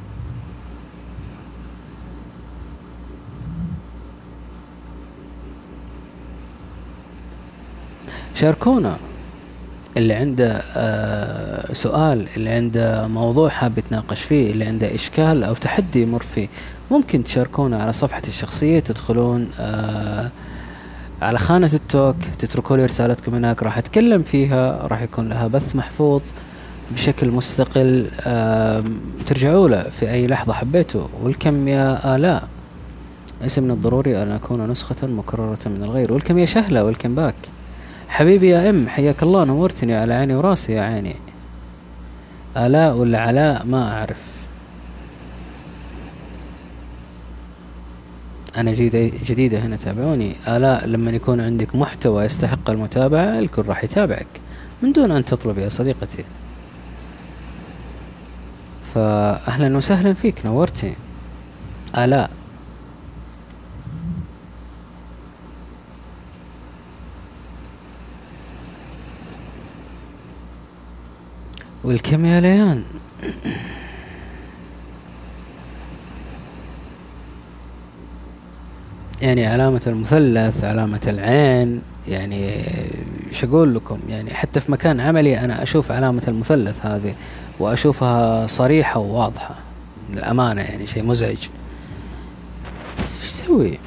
شاركونا اللي عنده آه سؤال، اللي عنده موضوع حاب يتناقش فيه، اللي عنده إشكال أو تحدي يمر فيه، ممكن تشاركونا على صفحتي الشخصية. تدخلون آه على خانة التوك، تتركوا لي رسالتكم هناك، راح أتكلم فيها، راح يكون لها بث محفوظ بشكل مستقل، آه ترجعوا له في أي لحظة حبيتوا. والكم يا آلاء، ليس من الضروري أن أكون نسخة مكررة من الغير. والكم يا شهلة، والكم باك حبيبي يا ام، حياك الله، نورتني على عيني وراسي يا عيني. آلاء ولا علاء ما أعرف. أنا جديدة جديدة هنا، تابعوني. آلاء لما يكون عندك محتوى يستحق المتابعة الكل راح يتابعك من دون أن تطلب يا صديقتي. فأهلا وسهلا فيك، نورتي آلاء. والكم يا ليان. يعني علامة المثلث، علامة العين، يعني ايش اقول لكم، يعني حتى في مكان عملي انا اشوف علامة المثلث هذه واشوفها صريحة وواضحة للأمانة، يعني شيء مزعج. بس ايش اسوي؟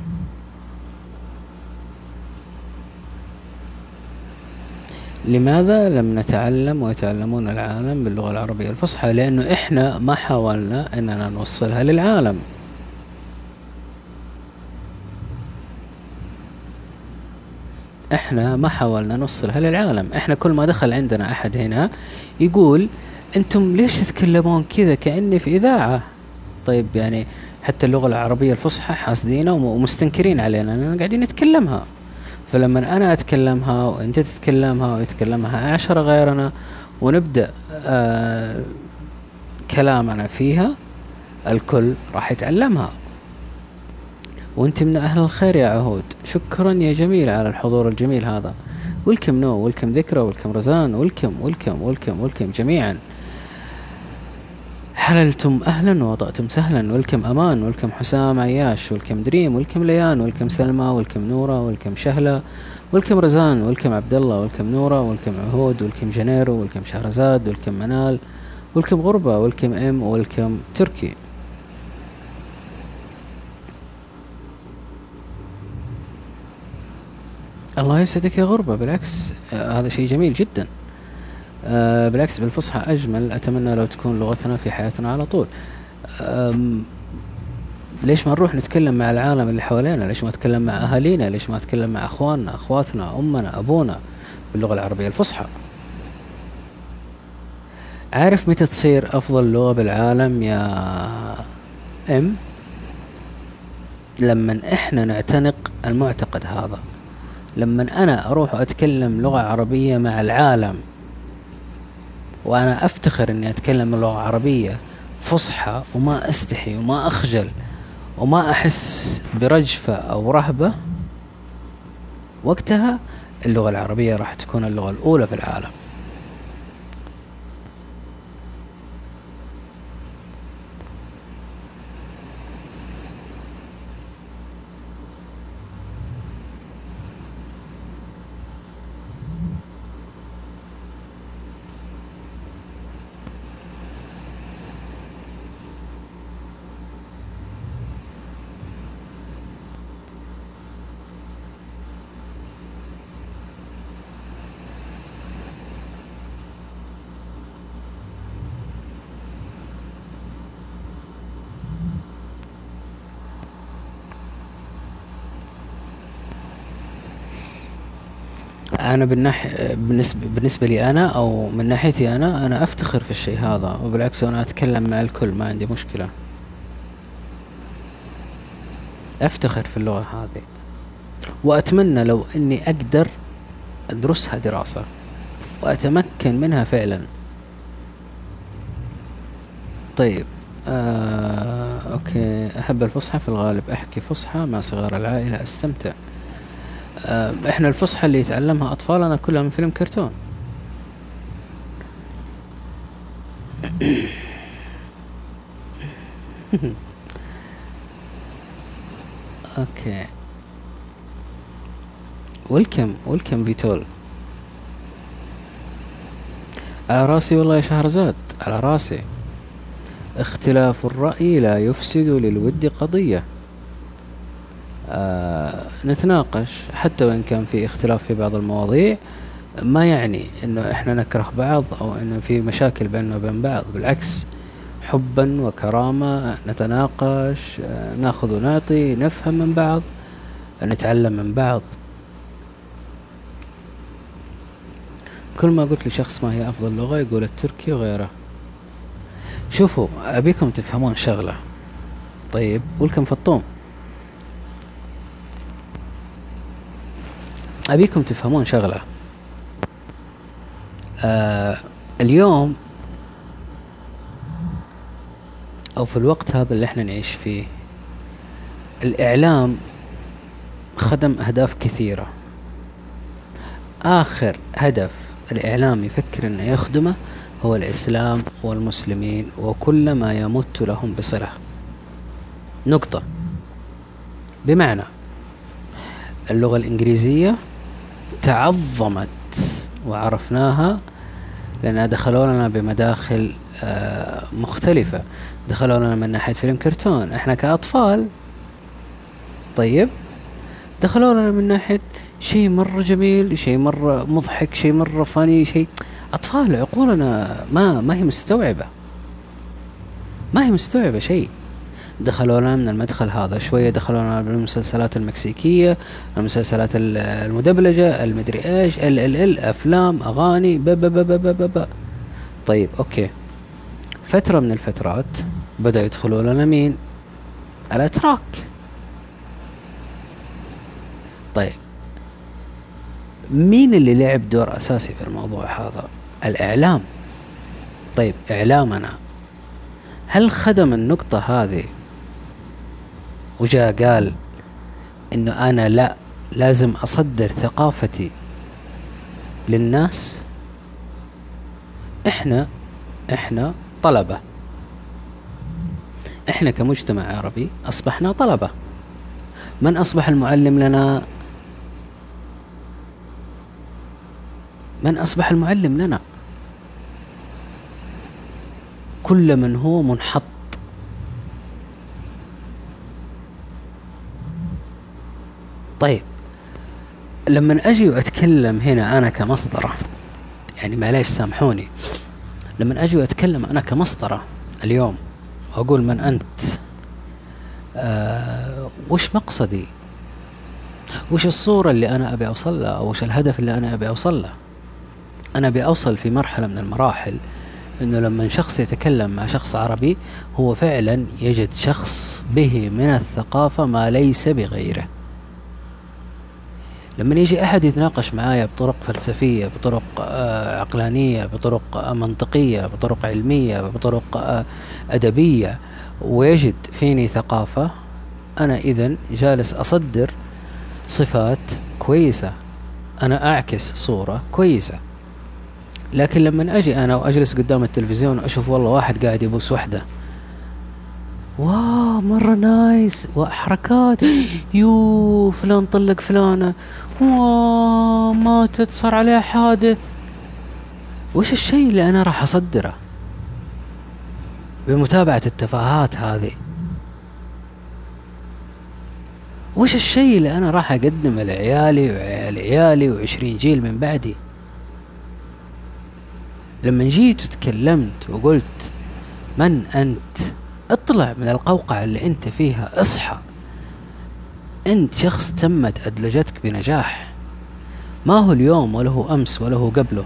لماذا لم نتعلم ويتعلمون العالم باللغة العربية الفصحى؟ لأنه إحنا ما حاولنا أننا نوصلها للعالم. إحنا ما حاولنا نوصلها للعالم. إحنا كل ما دخل عندنا أحد هنا يقول أنتم ليش تتكلمون كذا كأني في إذاعة؟ طيب يعني حتى اللغة العربية الفصحى حاسدينها ومستنكرين علينا أننا قاعدين نتكلمها. فلما أنا أتكلمها وأنت تتكلمها ويتكلمها عشرة غيرنا ونبدأ آه كلامنا فيها، الكل راح يتعلمها. وانت من أهل الخير يا عهود، شكرا يا جميل على الحضور الجميل هذا. ولكم نو، ولكم ذكرى، ولكم رزان، ولكم ولكم ولكم ولكم جميعا. حللتم أهلا ووطأتم سهلا. ولكم أمان، ولكم حسام عياش، ولكم دريم، ولكم ليان، ولكم سلمى، ولكم نورة، ولكم شهلة، ولكم رزان، ولكم عبد الله، ولكم نورة، ولكم عهود، ولكم جنيرو، ولكم شهرزاد، ولكم منال، ولكم غربة، ولكم ام، ولكم تركي. الله يسعدك يا غربة، بالعكس آه هذا شيء جميل جدا. آه بالعكس بالفصحى أجمل. أتمنى لو تكون لغتنا في حياتنا على طول. ليش ما نروح نتكلم مع العالم اللي حوالينا؟ ليش ما نتكلم مع أهالينا؟ ليش ما نتكلم مع أخواننا، أخواتنا، أمنا، أبونا باللغة العربية الفصحى؟ عارف متى تصير أفضل لغة بالعالم يا أم؟ لما إحنا نعتنق المعتقد هذا. لما أنا أروح أتكلم لغة عربية مع العالم وأنا أفتخر أني أتكلم اللغة عربية فصحى وما أستحي وما أخجل وما أحس برجفة أو رهبة، وقتها اللغة العربية راح تكون اللغة الأولى في العالم. أنا بالناحية بالنسبة بالنسبة لي أنا أو من ناحيتي أنا أنا أفتخر في الشيء هذا، وبالعكس أنا أتكلم مع الكل ما عندي مشكلة. أفتخر في اللغة هذه وأتمنى لو أني أقدر أدرسها دراسة وأتمكن منها فعلا. طيب آه، أوكي. أحب الفصحى في الغالب، أحكي فصحى مع صغار العائلة، أستمتع. آه، إحنا الفصحى اللي يتعلمها أطفالنا كلها من فيلم كرتون. أوكي. ولكم ولكم فيتول. على راسي والله يا شهرزاد، على راسي. اختلاف الرأي لا يفسد للود قضية. آه نتناقش حتى وإن كان في اختلاف في بعض المواضيع، ما يعني إنه إحنا نكره بعض أو إنه في مشاكل بيننا وبين بعض. بالعكس، حبا وكرامة نتناقش، آه ناخذ ونعطي، نفهم من بعض، نتعلم من بعض. كل ما قلت لشخص ما هي أفضل لغة يقول التركي وغيره. شوفوا، أبيكم تفهمون شغلة. طيب ولكم فطوم. أبيكم تفهمون شغلة. آه اليوم أو في الوقت هذا اللي احنا نعيش فيه، الإعلام خدم أهداف كثيرة. آخر هدف الإعلام يفكر أنه يخدمه هو الإسلام والمسلمين وكل ما يمت لهم بصلة. نقطة. بمعنى اللغة الإنجليزية تعظمت وعرفناها لأنها دخلوا لنا بمداخل آه مختلفة. دخلوا لنا من ناحية فيلم كرتون احنا كأطفال، طيب دخلوا لنا من ناحية شيء مرة جميل، شيء مرة مضحك، شيء مرة فاني، شيء أطفال عقولنا ما ما هي مستوعبة، ما هي مستوعبة شيء. دخلوا لنا من المدخل هذا شوية، دخلوا لنا بالمسلسلات المكسيكية، المسلسلات المدبلجة، المدري ايش، ال ال ال افلام، اغاني، ب ب ب ب ب ب طيب اوكي، فترة من الفترات بدأ يدخلوا لنا مين؟ الاتراك. طيب مين اللي لعب دور اساسي في الموضوع هذا؟ الاعلام. طيب اعلامنا هل خدم النقطة هذه وجاء قال انه انا لا لازم اصدر ثقافتي للناس؟ احنا احنا طلبة، احنا كمجتمع عربي اصبحنا طلبة. من اصبح المعلم لنا؟ من اصبح المعلم لنا؟ كل من هو منحط. طيب لما اجي واتكلم هنا انا كمسطرة، يعني معليش سامحوني، لما اجي واتكلم انا كمسطرة اليوم واقول من انت، آه وش مقصدي؟ وش الصورة اللي انا ابي اوصل لها؟ او وش الهدف اللي انا ابي اوصل له؟ انا ابي اوصل في مرحلة من المراحل انه لما شخص يتكلم مع شخص عربي هو فعلا يجد شخص به من الثقافة ما ليس بغيره. لما يجي احد يتناقش معايا بطرق فلسفية، بطرق آه عقلانية، بطرق آه منطقية، بطرق علمية، بطرق آه ادبية، ويجد فيني ثقافة، انا اذن جالس اصدر صفات كويسة، انا اعكس صورة كويسة. لكن لما اجي انا واجلس قدام التلفزيون واشوف والله واحد قاعد يبوس وحده، واو مرة نايس وحركات، يو فلان طلق فلانة، واو ماتت صار عليها حادث، وش الشيء اللي انا راح اصدره بمتابعة التفاهات هذه؟ وش الشيء اللي انا راح اقدمه لعيالي وعيال عيالي وعشرين جيل من بعدي؟ لما جيت وتكلمت وقلت من أنت؟ اطلع من القوقعة اللي أنت فيها، اصحى. أنت شخص تمت أدلجتك بنجاح، ما هو اليوم ولا هو أمس ولا هو قبله.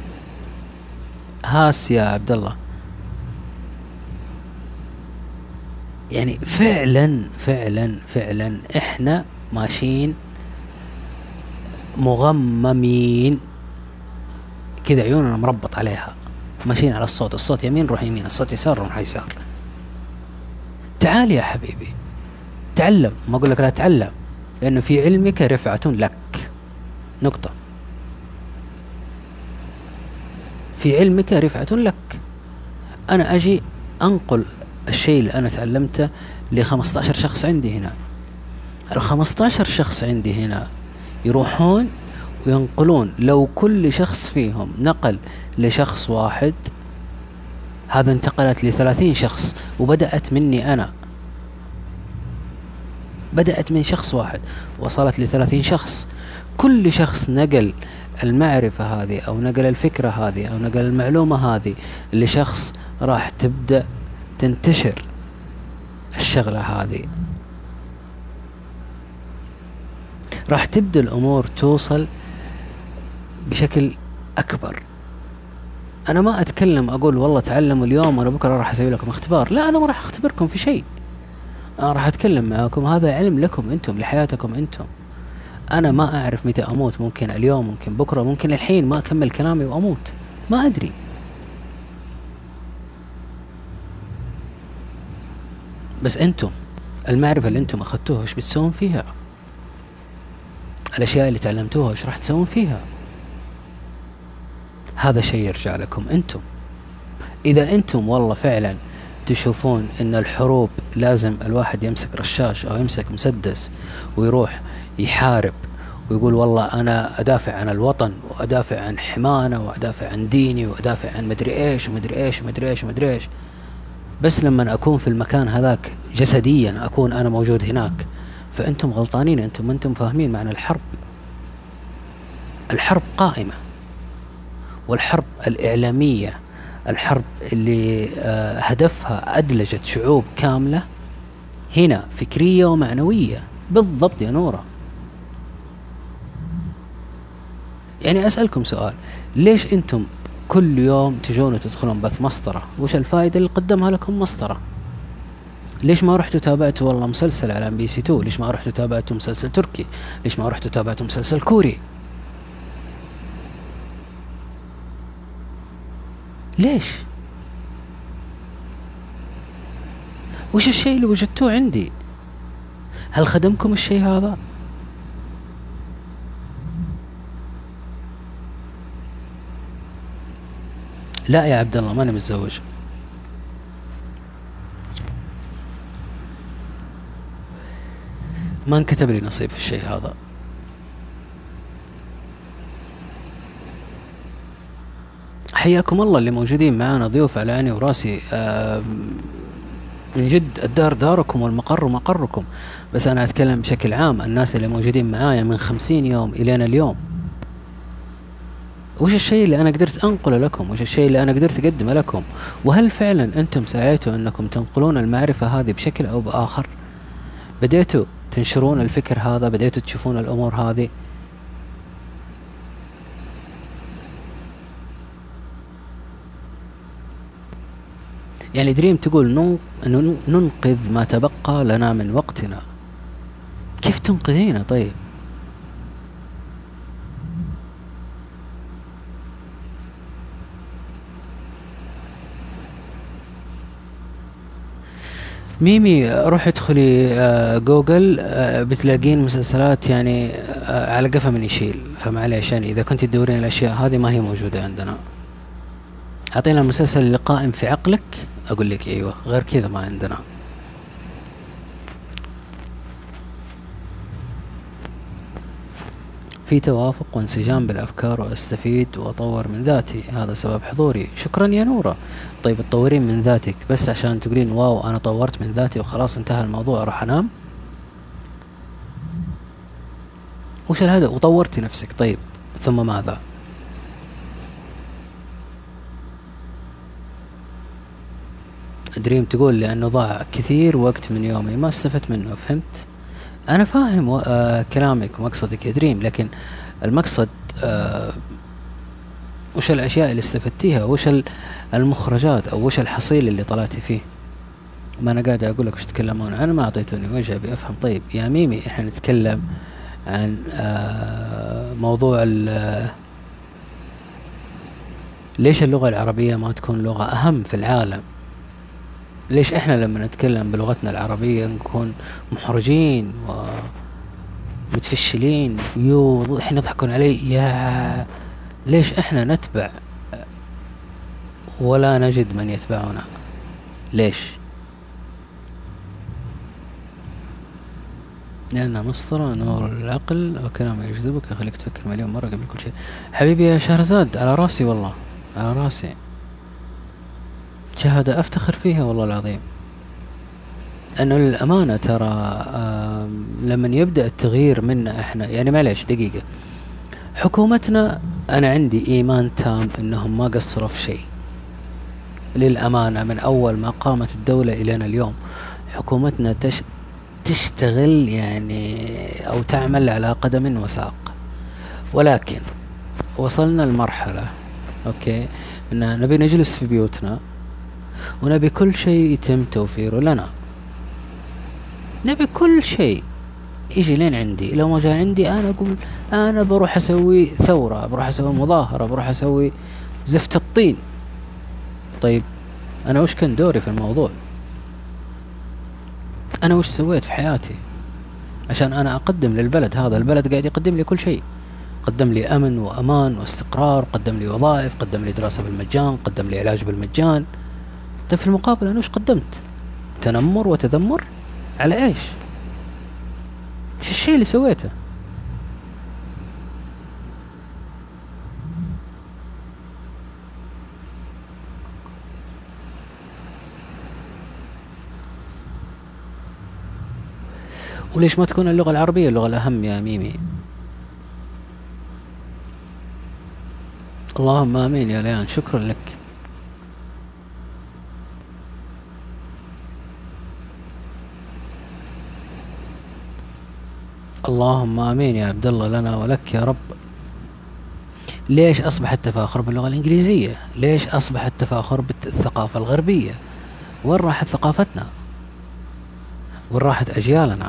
هاس يا عبد الله. يعني فعلا فعلا فعلا احنا ماشيين مغممين كذا، عيوننا مربط عليها، ماشيين على الصوت، الصوت يمين نروح يمين، الصوت يسار نروح يسار. تعال يا حبيبي تعلم، ما اقول لك لا تعلم، لانه في علمك رفعة لك، نقطة. في علمك رفعة لك. انا اجي انقل الشيء اللي انا تعلمته ل خمسة عشر شخص عندي هنا، ال خمسة عشر شخص عندي هنا يروحون وينقلون، لو كل شخص فيهم نقل لشخص واحد، هذا انتقلت لثلاثين شخص، وبدأت مني أنا، بدأت من شخص واحد وصلت لثلاثين شخص. كل شخص نقل المعرفة هذه أو نقل الفكرة هذه أو نقل المعلومة هذه لشخص، راح تبدأ تنتشر الشغلة هذه، راح تبدأ الأمور توصل بشكل أكبر. أنا ما أتكلم أقول والله تعلموا اليوم وأنا بكرة راح أسوي لكم اختبار، لا، أنا ما راح أختبركم في شيء، أنا راح أتكلم معاكم، هذا علم لكم أنتم، لحياتكم أنتم. أنا ما أعرف متى أموت، ممكن اليوم، ممكن بكرة، ممكن الحين ما أكمل كلامي وأموت، ما أدري. بس أنتم المعرفة اللي أنتم أخذتوها إيش بتسوون فيها؟ الأشياء اللي تعلمتوها إيش راح تسوون فيها؟ هذا شيء يرجع لكم أنتم. إذا أنتم والله فعلا تشوفون إن الحروب لازم الواحد يمسك رشاش أو يمسك مسدس ويروح يحارب ويقول والله أنا أدافع عن الوطن وأدافع عن حمانا وأدافع عن ديني وأدافع عن مدري إيش ومدري إيش ومدري إيش ومدري إيش، بس لما أكون في المكان هذاك جسديا أكون أنا موجود هناك، فأنتم غلطانين. أنتم ما أنتم فاهمين معنى الحرب. الحرب قائمة، والحرب الإعلامية، الحرب اللي آه هدفها أدلجت شعوب كاملة، هنا فكرية ومعنوية بالضبط يا نورة. يعني أسألكم سؤال، ليش أنتم كل يوم تجون وتدخلون بث مسطرة؟ وش الفائدة اللي قدمها لكم مسطرة؟ ليش ما رحتوا تابعتوا والله مسلسل على ام بي سي تو؟ ليش ما رحتوا تابعتوا مسلسل تركي؟ ليش ما رحتوا تابعتوا مسلسل كوري؟ ليش؟ وش الشيء اللي وجدتوه عندي؟ هل خدمكم الشيء هذا؟ لا يا عبد الله، ماني متزوج. ما انكتب لي نصيب في الشيء هذا. حياكم الله اللي موجودين معانا ضيوف على عيني وراسي. من جد الدار داركم والمقر مقركم، بس أنا أتكلم بشكل عام. الناس اللي موجودين معايا من خمسين يوم إلينا اليوم، وش الشيء اللي أنا قدرت أنقله لكم؟ وش الشيء اللي أنا قدرت أقدمه لكم؟ وهل فعلا أنتم سعيتوا أنكم تنقلون المعرفة هذه بشكل أو بآخر؟ بديتوا تنشرون الفكر هذا؟ بديتوا تشوفون الأمور هذه؟ يعني دريم تقول ننقذ ما تبقى لنا من وقتنا. كيف تنقذينه طيب؟ ميمي روح ادخلي آه جوجل، آه بتلاقين مسلسلات يعني آه على قفا من يشيل، فمعليش يعني اذا كنت تدورين الاشياء هذه ما هي موجودة عندنا. اعطينا المسلسل اللي قائم في عقلك اقول لك ايوه، غير كذا ما عندنا. في توافق وانسجام بالافكار، واستفيد واطور من ذاتي، هذا سبب حضوري. شكرا يا نورة. طيب تطورين من ذاتك بس عشان تقولين واو انا طورت من ذاتي وخلاص انتهى الموضوع اروح انام؟ وش الهدف؟ وطورتي نفسك طيب ثم ماذا؟ دريم تقول لأنه ضاع كثير وقت من يومي ما استفدت منه. فهمت؟ أنا فاهم و... آه كلامك ومقصدك يا دريم، لكن المقصد آه وش الأشياء اللي استفدتيها؟ وش المخرجات أو وش الحصيل اللي طلعتي فيه؟ ما أنا قاعد أقول لك وش تتكلمون عنه، ما أعطيتوني وجه أبي أفهم. طيب يا ميمي إحنا نتكلم عن آه موضوع ليش اللغة العربية ما تكون لغة أهم في العالم؟ ليش احنا لما نتكلم بلغتنا العربية نكون محرجين ومتفشلين؟ يو احنا يضحكون علي يا ليش احنا نتبع ولا نجد من يتبعنا؟ ليش؟ لأنها مسطرة نور العقل وكلام يجذبك يخليك تفكر مليون مرة قبل كل شيء. حبيبي يا شهرزاد على راسي والله، على راسي، شهادة أفتخر فيها والله العظيم. أنه للأمانة ترى لما يبدأ التغيير منا إحنا، يعني معليش دقيقة، حكومتنا أنا عندي إيمان تام أنهم ما قصروا في شيء للأمانة. من أول ما قامت الدولة إلينا اليوم حكومتنا تش تشتغل يعني أو تعمل على قدم وساق، ولكن وصلنا لمرحلة أوكي أن نبي نجلس في بيوتنا ونبي كل شيء يتم توفيره لنا، نبي كل شيء يجي لين عندي. لو ما جاء عندي انا اقول انا بروح اسوي ثورة، بروح اسوي مظاهرة، بروح اسوي زفت الطين. طيب انا وش كان دوري في الموضوع؟ انا وش سويت في حياتي عشان انا اقدم للبلد هذا؟ البلد قاعد يقدم لي كل شيء، قدم لي امن وامان واستقرار، قدم لي وظائف، قدم لي دراسة بالمجان، قدم لي علاج بالمجان. طيب في المقابل انا وش قدمت؟ تنمر وتذمر على ايش؟ ايش الشيء اللي سويته؟ وليش ما تكون اللغة العربية اللغة الأهم يا ميمي؟ اللهم آمين يا ليان، شكرا لك. اللهم آمين يا عبد الله لنا ولك يا رب. ليش أصبح التفاخر باللغة الإنجليزية؟ ليش أصبح التفاخر بالثقافة الغربية؟ وين راحت ثقافتنا؟ وين راحت أجيالنا؟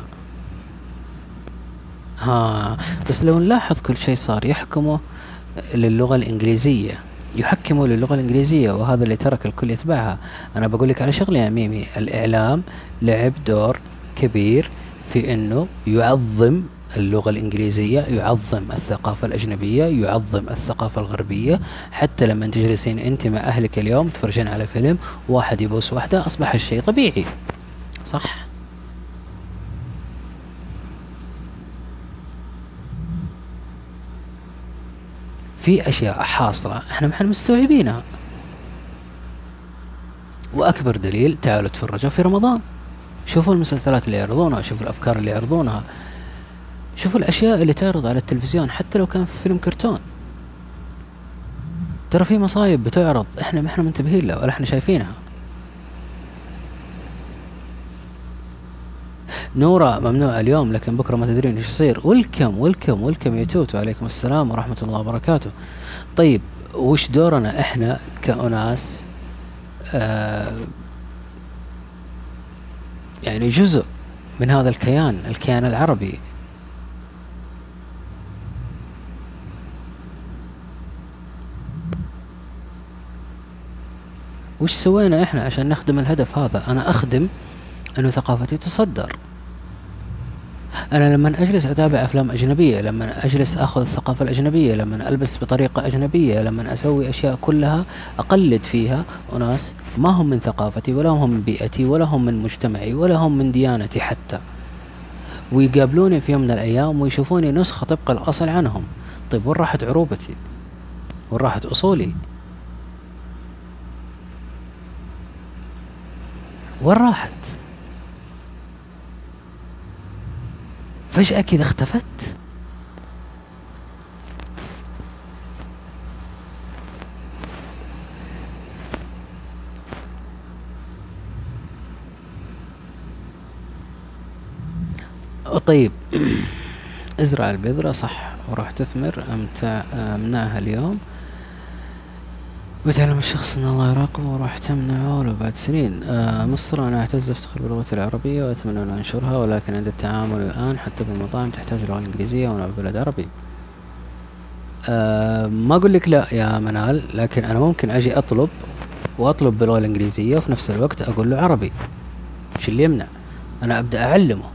ها بس لو نلاحظ كل شيء صار يحكمه للغة الإنجليزية، يحكموا للغة الإنجليزية، وهذا اللي ترك الكل يتبعها. أنا بقول لك على شغلة يا ميمي، الإعلام لعب دور كبير في أنه يعظم اللغة الإنجليزية، يعظم الثقافة الأجنبية، يعظم الثقافة الغربية. حتى لما تجلسين أنت مع أهلك اليوم تفرجين على فيلم واحد يبوس واحدة، أصبح الشيء طبيعي، صح؟ في أشياء حاصلة إحنا ما إحنا مستوعبينها. وأكبر دليل تعالوا تفرجوا في رمضان، شوفوا المسلسلات اللي يعرضونها، شوفوا الأفكار اللي يعرضونها، شوفوا الأشياء اللي تعرض على التلفزيون حتى لو كان في فيلم كرتون. ترى في مصايب بتعرض إحنا ما إحنا منتبهين لها ولا إحنا شايفينها. نورة ممنوع اليوم لكن بكرة ما تدرين ايش يصير. ولكم ولكم ولكم يا توت، وعليكم السلام ورحمة الله وبركاته. طيب وش دورنا احنا كأناس آه يعني جزء من هذا الكيان، الكيان العربي؟ وش سوينا احنا عشان نخدم الهدف هذا؟ انا اخدم انه ثقافتي تصدر. انا لما اجلس اتابع افلام اجنبية، لما اجلس اخذ الثقافة الاجنبية، لما البس بطريقة اجنبية، لما اسوي اشياء كلها اقلد فيها اناس ما هم من ثقافتي ولا هم من بيئتي ولا هم من مجتمعي ولا هم من ديانتي حتى، ويقابلوني في يوم من الايام ويشوفوني نسخة طبق الاصل عنهم. طيب وين راحت عروبتي؟ وين راحت اصولي؟ وين راحت؟ فجأة كذا اختفت. طيب ازرع البذرة صح وراح تثمر، امتع امنعها اليوم وتعلم الشخص ان الله يراقبه وراح تمنعه لو بعد سنين. آه مصر انا اعتز وافتخر بلغتي العربية واتمنى ان انشرها، ولكن عند التعامل الان حتى بالمطاعم تحتاج لغة انجليزية وانا بلد عربي. آه ما اقول لك لا يا منال، لكن انا ممكن اجي اطلب واطلب باللغة الانجليزية وفي نفس الوقت اقول له عربي. مش اللي يمنع انا ابدأ اعلمه.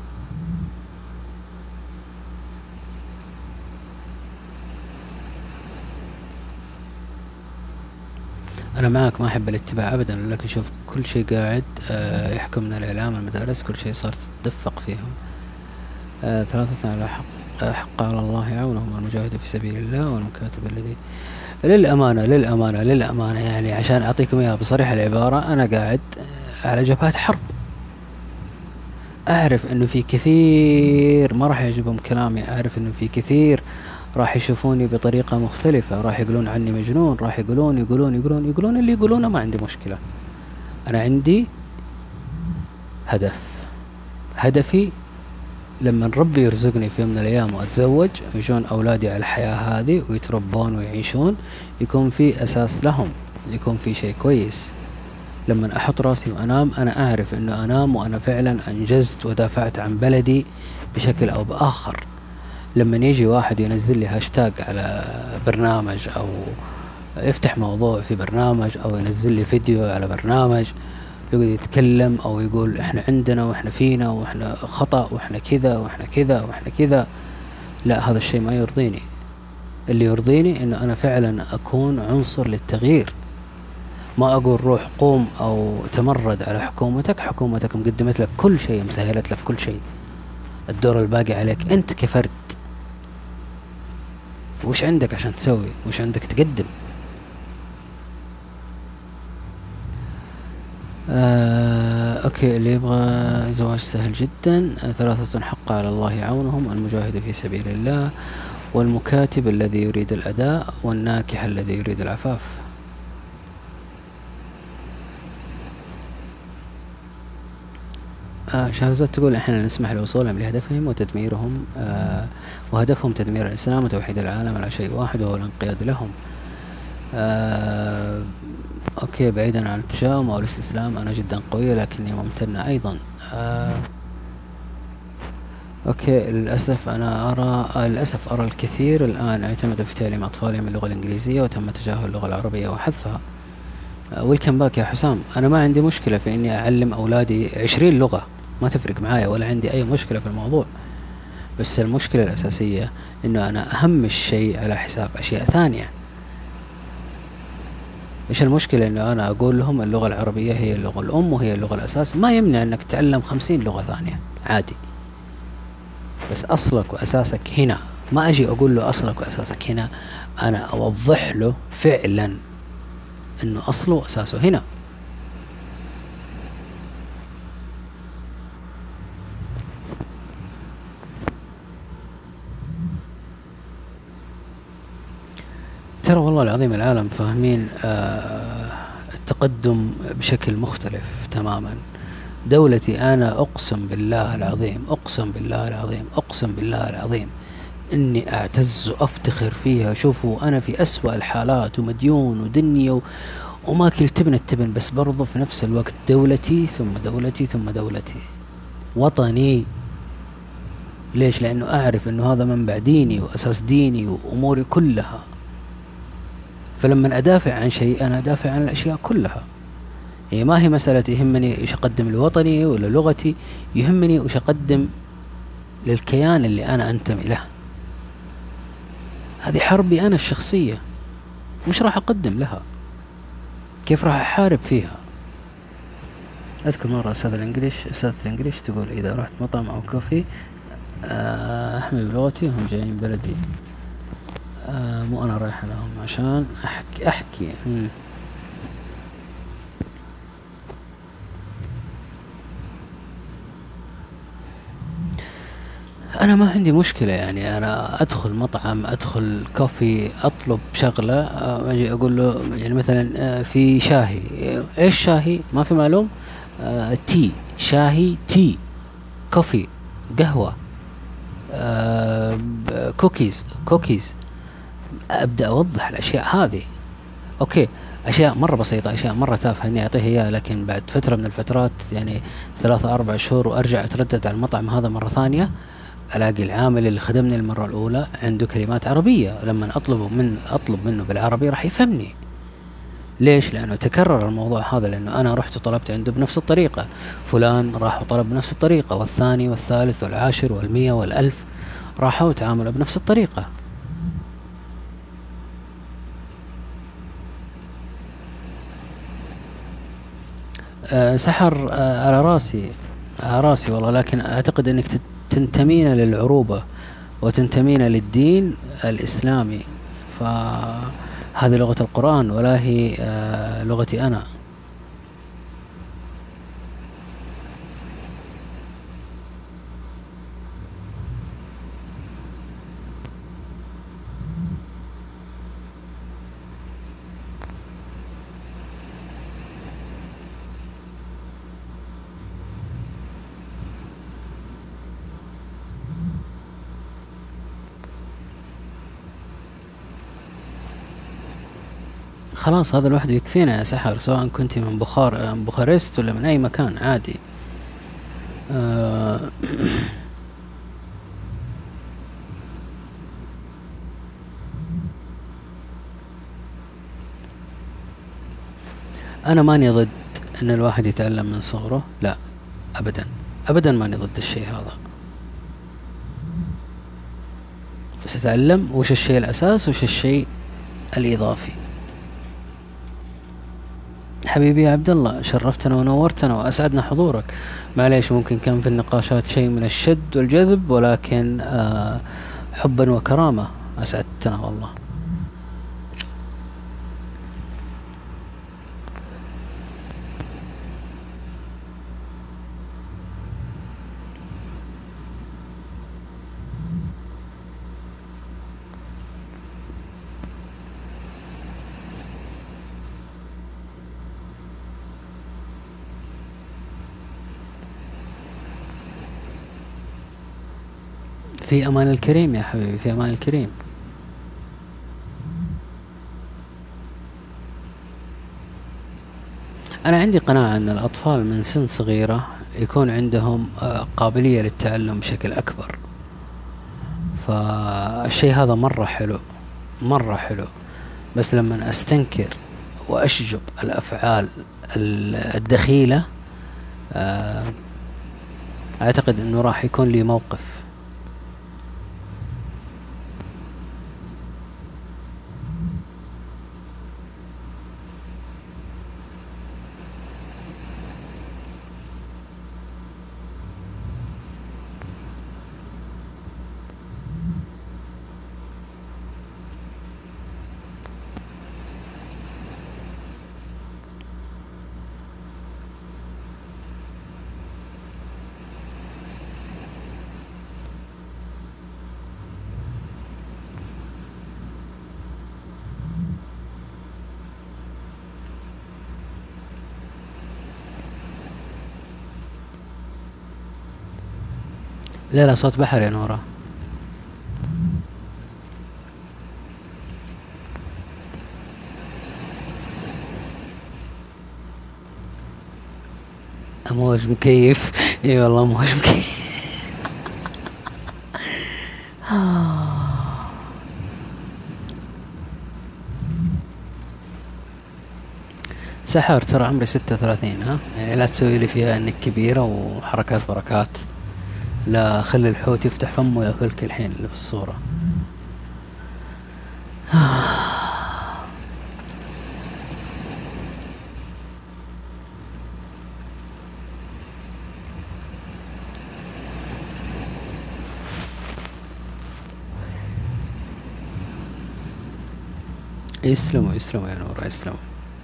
انا معك، ما احب الاتباع ابدا، لكن شوف كل شيء قاعد آه يحكمنا الاعلام، المدارس، كل شيء صارت تدفق فيهم. آه ثلاثة على حق آه حق على الله يعونهم، المجاهد في سبيل الله والمكاتب الذي للأمانة للأمانة للأمانة يعني عشان أعطيكم إياها بصريح العبارة، أنا قاعد على جبهات حرب. أعرف إنه في كثير ما راح يعجبهم كلامي، أعرف إنه في كثير راح يشوفوني بطريقة مختلفة، راح يقولون عني مجنون، راح يقولون يقولون يقولون يقولون اللي يقولونه، ما عندي مشكلة. أنا عندي هدف، هدفي لما ربي يرزقني في يوم من الأيام وأتزوج ويجون أولادي على الحياة هذه ويتربون ويعيشون، يكون في أساس لهم، يكون في شيء كويس. لما أحط راسي وأنام أنا أعرف أنه أنام وأنا فعلا أنجزت ودافعت عن بلدي بشكل أو بآخر. لما يجي واحد ينزل لي هاشتاج على برنامج أو يفتح موضوع في برنامج أو ينزل لي فيديو على برنامج يقعد يتكلم أو يقول إحنا عندنا وإحنا فينا وإحنا خطأ وإحنا كذا وإحنا كذا وإحنا كذا، لا، هذا الشيء ما يرضيني. اللي يرضيني إنه أنا فعلا أكون عنصر للتغيير، ما أقول روح قوم أو تمرد على حكومتك. حكومتك مقدمت لك كل شيء، مسهلت لك كل شيء، الدور الباقي عليك أنت كفرد. وش عندك عشان تسوي؟ وش عندك تقدم؟ آه، أوكي. اللي يبغى زواج سهل جدا. آه، ثلاثة حق على الله عونهم: المجاهد في سبيل الله، والمكاتب الذي يريد الأداء، والناكح الذي يريد العفاف. آه شهرزاد تقول: احنا نسمح لوصولهم لهدفهم وتدميرهم، آه وهدفهم تدمير الإسلام وتوحيد العالم على شيء واحد وهو الانقياد لهم. آه اوكي. بعيدا عن التشاؤم او الاستسلام، انا جدا قوية لكني ممتنة ايضا. آه اوكي. للاسف انا ارى للاسف ارى الكثير الان اعتمد في تعليم اطفالهم اللغة الانجليزية وتم تجاهل اللغة العربية وحذفها. آه ويلكم باك يا حسام. انا ما عندي مشكلة في اني اعلم اولادي عشرين لغة، ما تفرق معايا ولا عندي اي مشكلة في الموضوع، بس المشكلة الاساسية انه انا اهمش شيء على حساب اشياء ثانية. ايش المشكلة انه انا اقول لهم اللغة العربية هي اللغة الام وهي اللغة الاساس؟ ما يمنع انك تتعلم خمسين لغة ثانية عادي، بس اصلك واساسك هنا. ما اجي اقول له اصلك واساسك هنا، انا اوضح له فعلا انه اصله واساسه هنا. ترى والله العظيم العالم فاهمين آه التقدم بشكل مختلف تماما. دولتي أنا أقسم بالله العظيم أقسم بالله العظيم أقسم بالله العظيم إني أعتز وأفتخر فيها. شوفوا أنا في أسوأ الحالات ومديون ودنيا و... وماكل تبن التبن، بس برضو في نفس الوقت دولتي ثم دولتي ثم دولتي، وطني. ليش؟ لأنه أعرف أنه هذا منبع ديني وأساس ديني وأموري كلها. فلما أدافع عن شيء أنا أدافع عن الأشياء كلها. هي ما هي مسألة يهمني إيش أقدم لوطني ولا لغتي، يهمني إيش أقدم للكيان اللي أنا أنتمي له. هذه حربي أنا الشخصية، مش راح أقدم لها. كيف راح أحارب فيها؟ أذكر مرة أستاذ الإنجليش أستاذ الإنجليش تقول: إذا رحت مطعم أو كافي أحمي بلغتي وهم جايين بلدي، آه مو أنا رايح لهم عشان أحكي أحكي مم. أنا ما عندي مشكلة، يعني أنا أدخل مطعم أدخل كافي أطلب شغلة، آه أجي أقول له يعني مثلا آه في شاهي. إيش شاهي؟ ما في معلوم. آه تي، شاهي، تي، كوفي، قهوة، آه كوكيز كوكيز. أبدأ أوضح الأشياء هذه. أوكي، أشياء مرة بسيطة، أشياء مرة تافهة إني أعطيه إياها، لكن بعد فترة من الفترات يعني ثلاثة أربع شهور وأرجع أتردد على المطعم هذا مرة ثانية، ألاقي العامل اللي خدمني المرة الأولى عنده كلمات عربية، لما أطلبه من أطلب منه بالعربي راح يفهمني. ليش؟ لأنه تكرر الموضوع هذا، لأنه أنا رحت وطلبت عنده بنفس الطريقة، فلان راح وطلب بنفس الطريقة، والثاني والثالث والعاشر والمية والألف راحوا وتعاملوا بنفس الطريقة. أه سحر، أه على راسي على راسي والله، لكن أعتقد أنك تنتمين للعروبة وتنتمين للدين الإسلامي، فهذه لغة القرآن ولا هي أه لغتي أنا. خلاص هذا لوحده يكفينا يا سحر، سواء كنت من بخار من بوخارست ولا من أي مكان عادي. آه أنا ماني ضد أن الواحد يتعلم من صغره، لا أبدا أبدا ماني ضد الشيء هذا، بس أتعلم وش الشيء الأساس وش الشيء الإضافي. حبيبي يا عبد الله، شرفتنا ونورتنا وأسعدنا حضورك. معليش ممكن كان في النقاشات شيء من الشد والجذب، ولكن آه حبا وكرامة أسعدتنا والله. في أمان الكريم يا حبيبي، في أمان الكريم. أنا عندي قناعة أن الأطفال من سن صغيرة يكون عندهم قابلية للتعلم بشكل أكبر، فالشيء هذا مرة حلو مرة حلو. بس لما أستنكر وأشجب الأفعال الدخيلة أعتقد أنه راح يكون لي موقف. لا لا صوت بحر يا نورة. امواج مكيف. اي والله امواج مكيف. سحر ترى عمري ستة وثلاثين، ها يعني لا تسوي لي فيها انك كبيرة وحركات بركات. لا خلي الحوت يفتح فمه وياكلك الحين اللي في الصورة. يسلموا يسلموا يا نور يسلموا.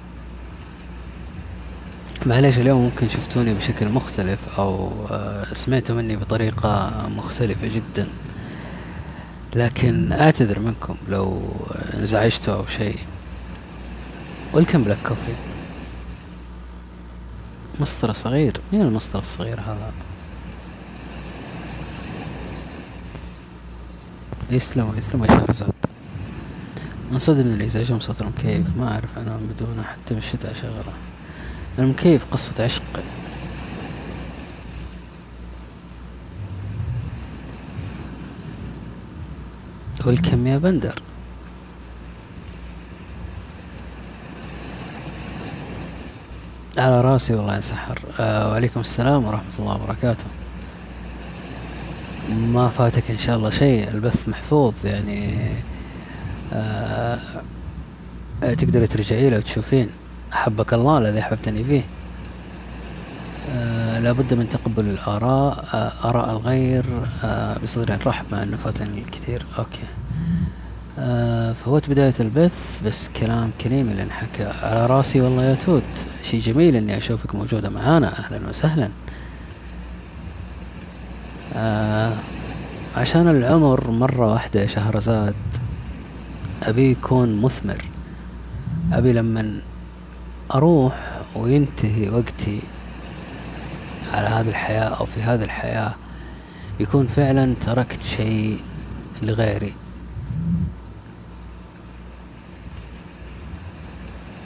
معليش اليوم ممكن شفتوني بشكل مختلف او سمعتوا مني بطريقة مختلفة جدا، لكن اعتذر منكم لو انزعجتوا او شيء. ويلكم بلاك كوفي. مسطرة صغير؟ مين المسطرة الصغير هذا؟ يسلموا يسلموا يا شهرزاد. انصدم من اللي يزعجهم صوت المكيف، ما اعرف انا بدونه حتى بالشتاء اشغله. المكيف قصة عشق. والكم يا بندر. على راسي والله يا سحر. آه وعليكم السلام ورحمة الله وبركاته. ما فاتك ان شاء الله شيء، البث محفوظ يعني. آه تقدر ترجعي له وتشوفين. أحبك الله الذي أحببتني فيه. آه لابد من تقبل الآراء، آه آراء الغير آه بصدر رحب، مع أنه فاتني الكثير. أوكي. آه فوت بداية البث بس كلام كريم اللي انحكى. على راسي والله يا توت، شي جميل إني أشوفك موجودة معانا. أهلا وسهلا. آه عشان العمر مرة واحدة يا شهرزاد، أبي يكون مثمر. أبي لمن أروح وينتهي وقتي على هذه الحياة أو في هذه الحياة يكون فعلا تركت شيء لغيري.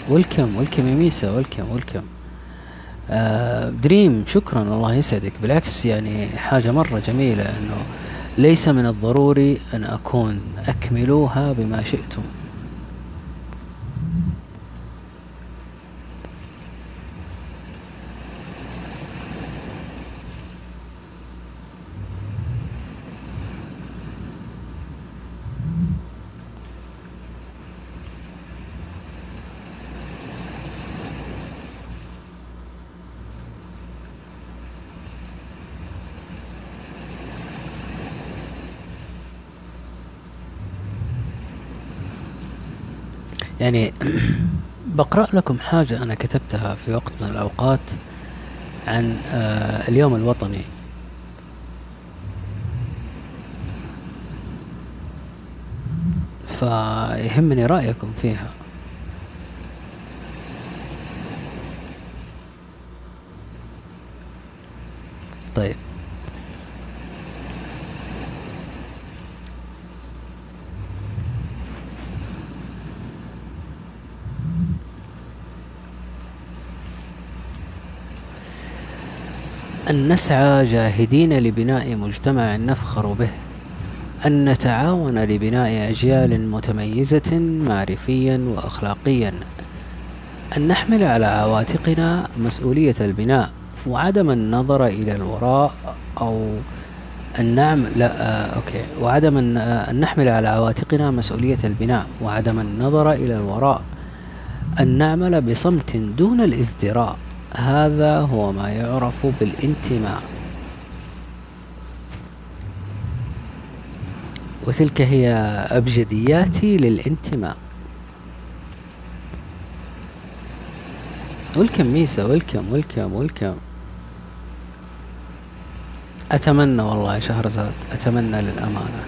ولكم ولكم يا ميسا، ولكم ولكم. آه دريم شكرا، الله يسعدك. بالعكس يعني حاجة مرة جميلة انه ليس من الضروري ان اكون، اكملوها بما شئتم. يعني بقرأ لكم حاجة أنا كتبتها في وقت من الأوقات عن آه اليوم الوطني. فيهمني رأيكم فيها. طيب، أن نسعى جاهدين لبناء مجتمع نفخر به، أن نتعاون لبناء أجيال متميزة معرفيا وأخلاقيا، أن نحمل على عواتقنا مسؤولية البناء وعدم النظر إلى الوراء، أو أن نعمل لا آه أوكي وعدم أن, آه أن نحمل على عواتقنا مسؤولية البناء وعدم النظر إلى الوراء، أن نعمل بصمت دون الازدراء، هذا هو ما يعرف بالانتماء. وتلك هي أبجدياتي للانتماء. ولكم ميسا، ولكم ولكم ولكم. أتمنى والله يا شهرزاد، أتمنى للأمانة.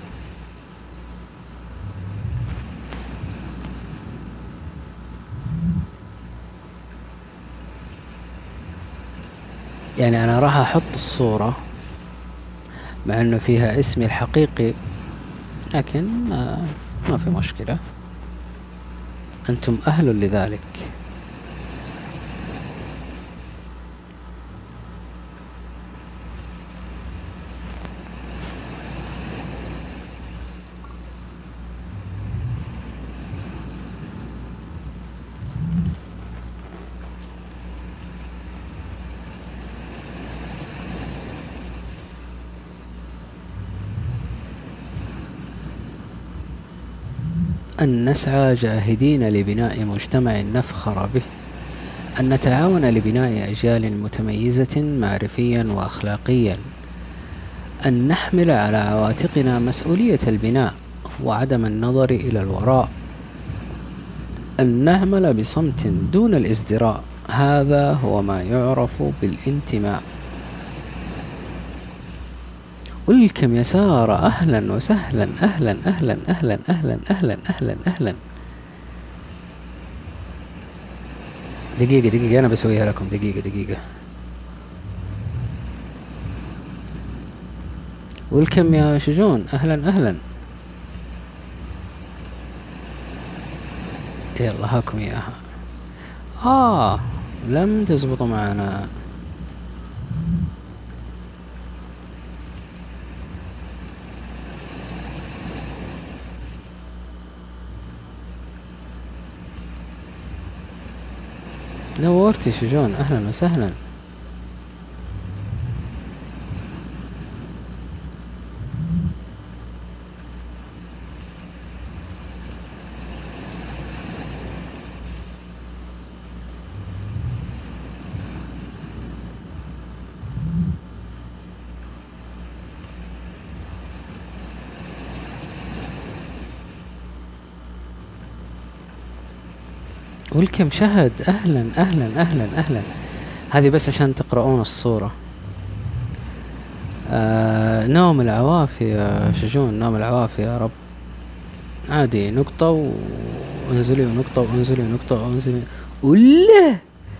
يعني أنا راح أحط الصورة مع أنه فيها اسمي الحقيقي، لكن ما, ما في مشكلة، أنتم أهل لذلك. أن نسعى جاهدين لبناء مجتمع نفخر به، أن نتعاون لبناء أجيال متميزة معرفيا وأخلاقيا، أن نحمل على عواتقنا مسؤولية البناء وعدم النظر إلى الوراء، أن نعمل بصمت دون الازدراء، هذا هو ما يعرف بالانتماء. ولكم يا سارة، أهلا وسهلا، أهلا أهلا أهلا أهلا أهلا أهلا أهلا. دقيقة دقيقة أنا بسويها لكم، دقيقة دقيقة. ولكم يا شجون، أهلا أهلا. يلا هاكم إياها. آه لم تزبطوا معنا. نورتي شجون، أهلا وسهلا. ولكم شهد، أهلا أهلا أهلا أهلا. هذه بس عشان تقرؤون الصورة. آه نوم العوافي يا شجون، نوم العوافي يا رب. عادي، نقطة وانزلي ونقطة وانزلي ونقطة وانزلي. وله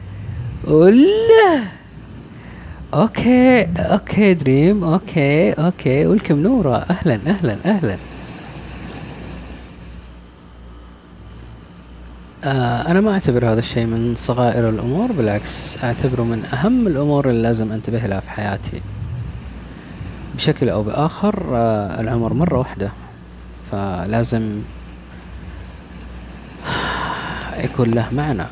وله. اوكي اوكي دريم، اوكي اوكي. ولكم نورة، اهلا اهلا اهلا. آه أنا ما أعتبر هذا الشيء من صغائر الأمور، بالعكس أعتبره من أهم الأمور اللي لازم أنتبه لها في حياتي بشكل أو بآخر. آه العمر مرة واحدة، فلازم يكون له معنى.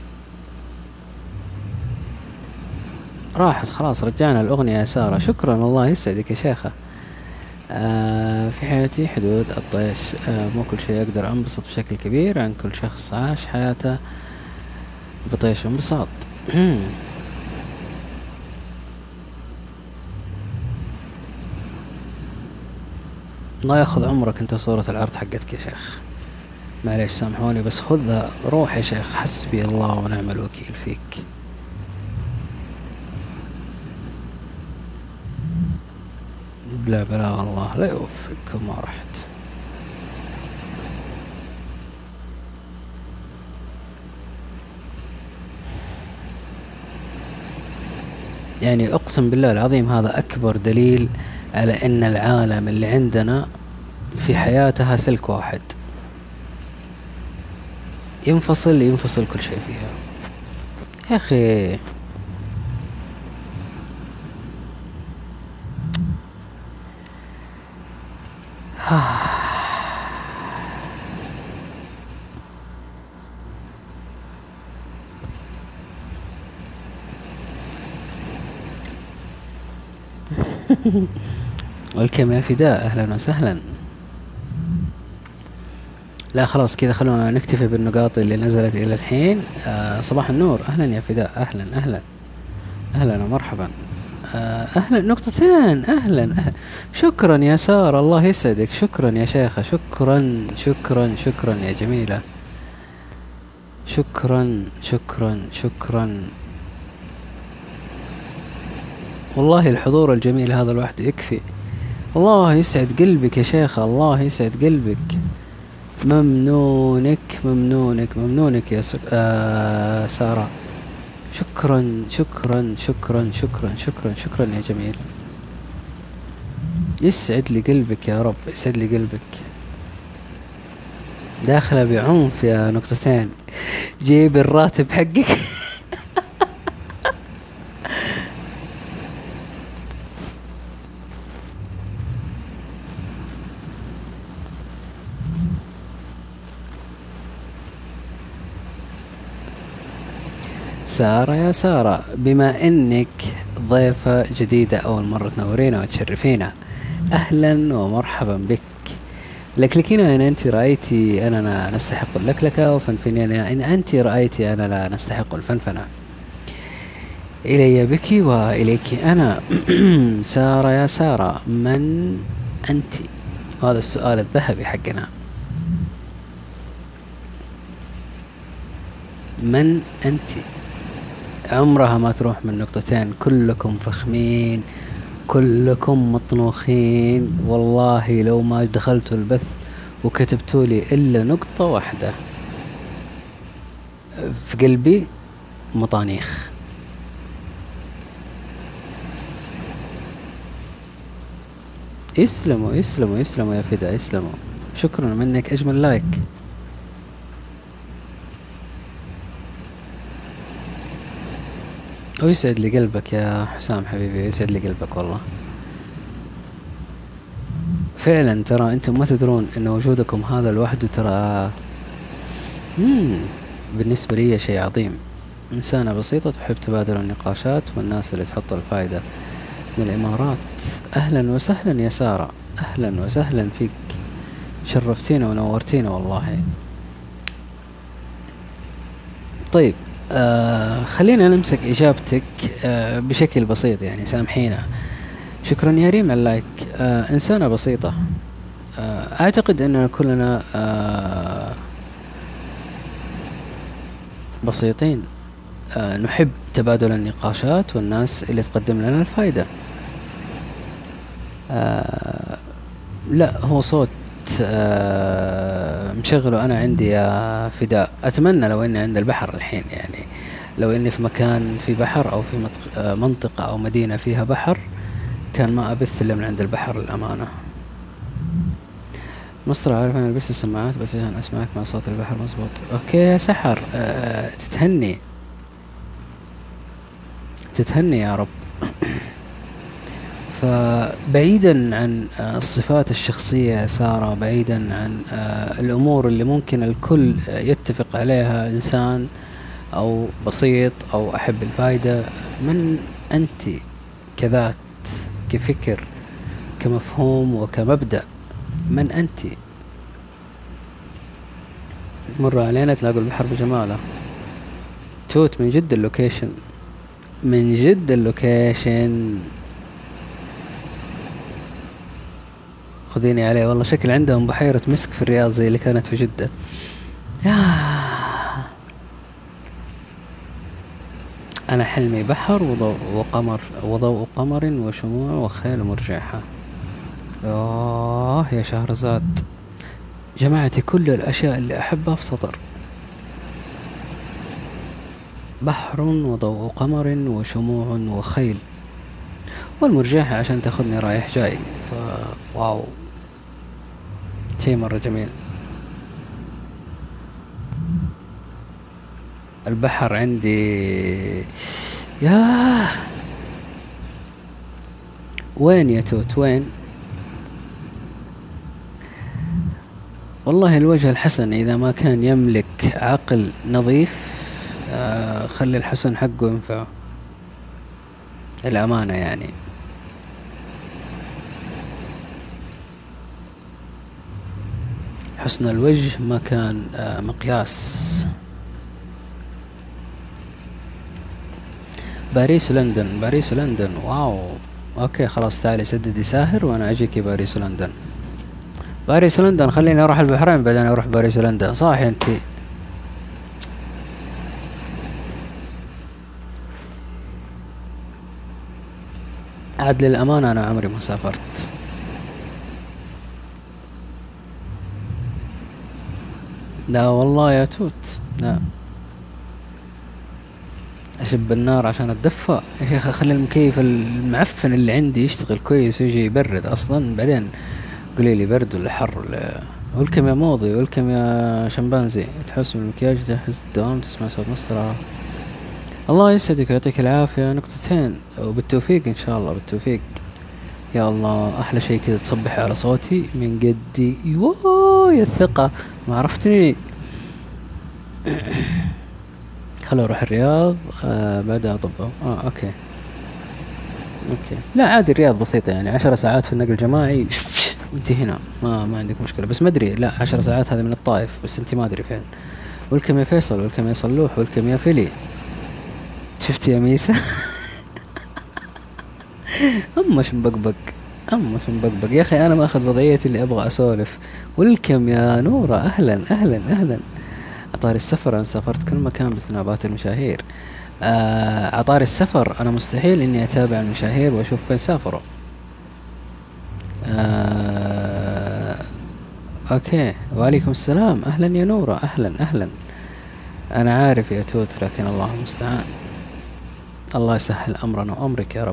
راحت خلاص، رجعنا الأغنية يا سارة. شكرا، الله يسعدك يا شيخة. آه في حياتي حدود الطيش. آه مو كل شيء أقدر أنبسط بشكل كبير عن كل شخص عاش حياته بطيش انبساط. الله ياخذ عمرك انت صورة العرض حقتك يا شيخ، معليش سامحوني، بس خذها روح يا شيخ. حسبي الله ونعم الوكيل فيك. بلا بلا والله لا يوفقك وما رحت. يعني اقسم بالله العظيم هذا اكبر دليل على ان العالم اللي عندنا في حياتها سلك واحد، ينفصل ينفصل كل شيء فيها يا اخي. والكم يا فداء، اهلا وسهلا. لا خلاص كذا خلونا نكتفي بالنقاط اللي نزلت الى الحين. آه صباح النور، اهلا يا فداء، اهلا اهلا اهلا ومرحبا. آه اهلا نقطتين، اهلا, أهلا. شكرا يا سارة، الله يسعدك. شكرا يا شيخة، شكرا شكرا شكرا يا جميلة. شكرا شكرا شكرا والله الحضور الجميل هذا لوحده يكفي. الله يسعد قلبك يا شيخة، الله يسعد قلبك. ممنونك ممنونك ممنونك يا آه سارة. شكرا شكرا شكرا شكرا شكرا شكرا يا جميل. يسعد لي قلبك يا رب، يسعد لي قلبك. داخلة بعنف يا نقطتين، جيب الراتب حقك. سارة يا سارة، بما انك ضيفة جديدة اول مرة تنورينا وتشرفينا، اهلا ومرحبا بك. لكلكينا ان انت رأيتي اننا نستحق اللكلكة، وفنفنينا ان انت رأيتي اننا لا نستحق الفنفنة. الي بك واليك انا. سارة يا سارة، من انت؟ هذا السؤال الذهبي حقنا. من انت؟ عمرها ما تروح من نقطتين. كلكم فخمين، كلكم مطنوخين. والله لو ما دخلتوا البث وكتبتوا لي الا نقطة واحدة في قلبي مطانيخ. يسلموا يسلموا يسلموا يا فدا، يسلموا. شكرا منك، اجمل لايك. ويسعد لي قلبك يا حسام حبيبي، يسعد لي قلبك والله. فعلا ترى انتم ما تدرون ان وجودكم هذا لوحده ترى مم. بالنسبة لي شيء عظيم. إنسانة بسيطة تحب تبادل النقاشات والناس اللي تحط الفائدة. من الإمارات، أهلا وسهلا يا سارة، أهلا وسهلا فيك. شرفتينا ونورتينا والله. طيب آه خلينا نمسك إجابتك آه بشكل بسيط، يعني سامحينا. شكرا يا ريم على اللايك. آه إنسانة بسيطة. آه أعتقد أننا كلنا آه بسيطين. آه نحب تبادل النقاشات والناس اللي تقدم لنا الفائدة. آه لا هو صوت آه مشغله أنا عندي يا فداء. أتمنى لو إني عند البحر الحين، يعني لو إني في مكان في بحر أو في آه منطقة أو مدينة فيها بحر، كان ما أبث إلا من عند البحر الأمانة. مصطفى عارف انا لبست السماعات بس عشان اسمعك مع صوت البحر مزبوط. اوكي يا سحر، أه تتهني تتهني يا رب. فبعيدا عن آه، الصفات الشخصية يا سارة، بعيدا عن آه، الأمور اللي ممكن الكل آه، يتفق عليها، إنسان أو بسيط أو أحب الفايدة، من أنت كذات، كفكر، كمفهوم وكمبدأ؟ من أنت؟ مر علينا تلاقوا البحر بجماله. توت من جد اللوكيشن، من جد اللوكيشن. خذيني عليه والله، شكل عندهم بحيرة مسك في الرياض زي اللي كانت في جدة. ياه. أنا حلمي بحر وضوء وقمر، وضوء قمر وشموع وخيل مرجحة. آه يا شهرزاد، جمعتي كل الأشياء اللي أحبها في سطر. بحر وضوء قمر وشموع وخيل، والمرجحة عشان تاخذني رايح جاي. ف واو، شيء مرة جميل. البحر عندي. ياه، وين يا توت وين؟ والله الوجه الحسن إذا ما كان يملك عقل نظيف، آه خلي الحسن حقه ينفعه، الأمانة يعني. حسن الوجه ما كان آه مقياس. باريس ولندن، باريس ولندن، واو. اوكي خلاص، تعالي سددي ساهر وانا اجيكي باريس ولندن. باريس ولندن، خليني اروح البحرين بعدين اروح باريس ولندن، صح انتي؟ عاد للأمانة أنا عمري ما سافرت. لا والله يا توت، لا. أشب النار عشان أتدفى يا شيخ، أخلي المكيف المعفن اللي عندي يشتغل كويس ويجي يبرد أصلا، بعدين قولي لي برد ولا حر ولا. ولكم يا موضي، ولكم يا شمبانزي، تحس بالمكياج، تحس الدوام، تسمع صوت مسطرة. الله يسعدك ويعطيك العافية. نقطتين وبالتوفيق إن شاء الله، بالتوفيق. يا الله، أحلى شيء كذا تصبحي على صوتي من قدي. يوه يا الثقة، ما عرفتني. خلو أروح الرياض آه بعدها أطبق. آه أوكي أوكي. لا عادي، الرياض بسيطة يعني، عشر ساعات في النقل الجماعي وانت هنا، ما ما عندك مشكلة. بس ما أدري، لا عشر ساعات هذا من الطائف، بس انت ما أدري فين. ولكم يا فيصل، ولكم يا صلوح، ولكم يا فيلي. شفتي يا ميسا؟ أما شنبقبق، أما شنبقبق يا أخي، أنا ماخذ وضعيتي اللي أبغى أسولف. ولكم يا نورة، أهلا أهلا أهلا. عطاري السفر، أنا سافرت كل مكان بسنابات المشاهير. آه عطاري السفر، أنا مستحيل إني أتابع المشاهير وأشوف فين سافروا. آه أوكي، وعليكم السلام، أهلا يا نورة، أهلا أهلا. أنا عارف يا توت، لكن الله المستعان. الله يسهل أمرنا وأمرك يا رب.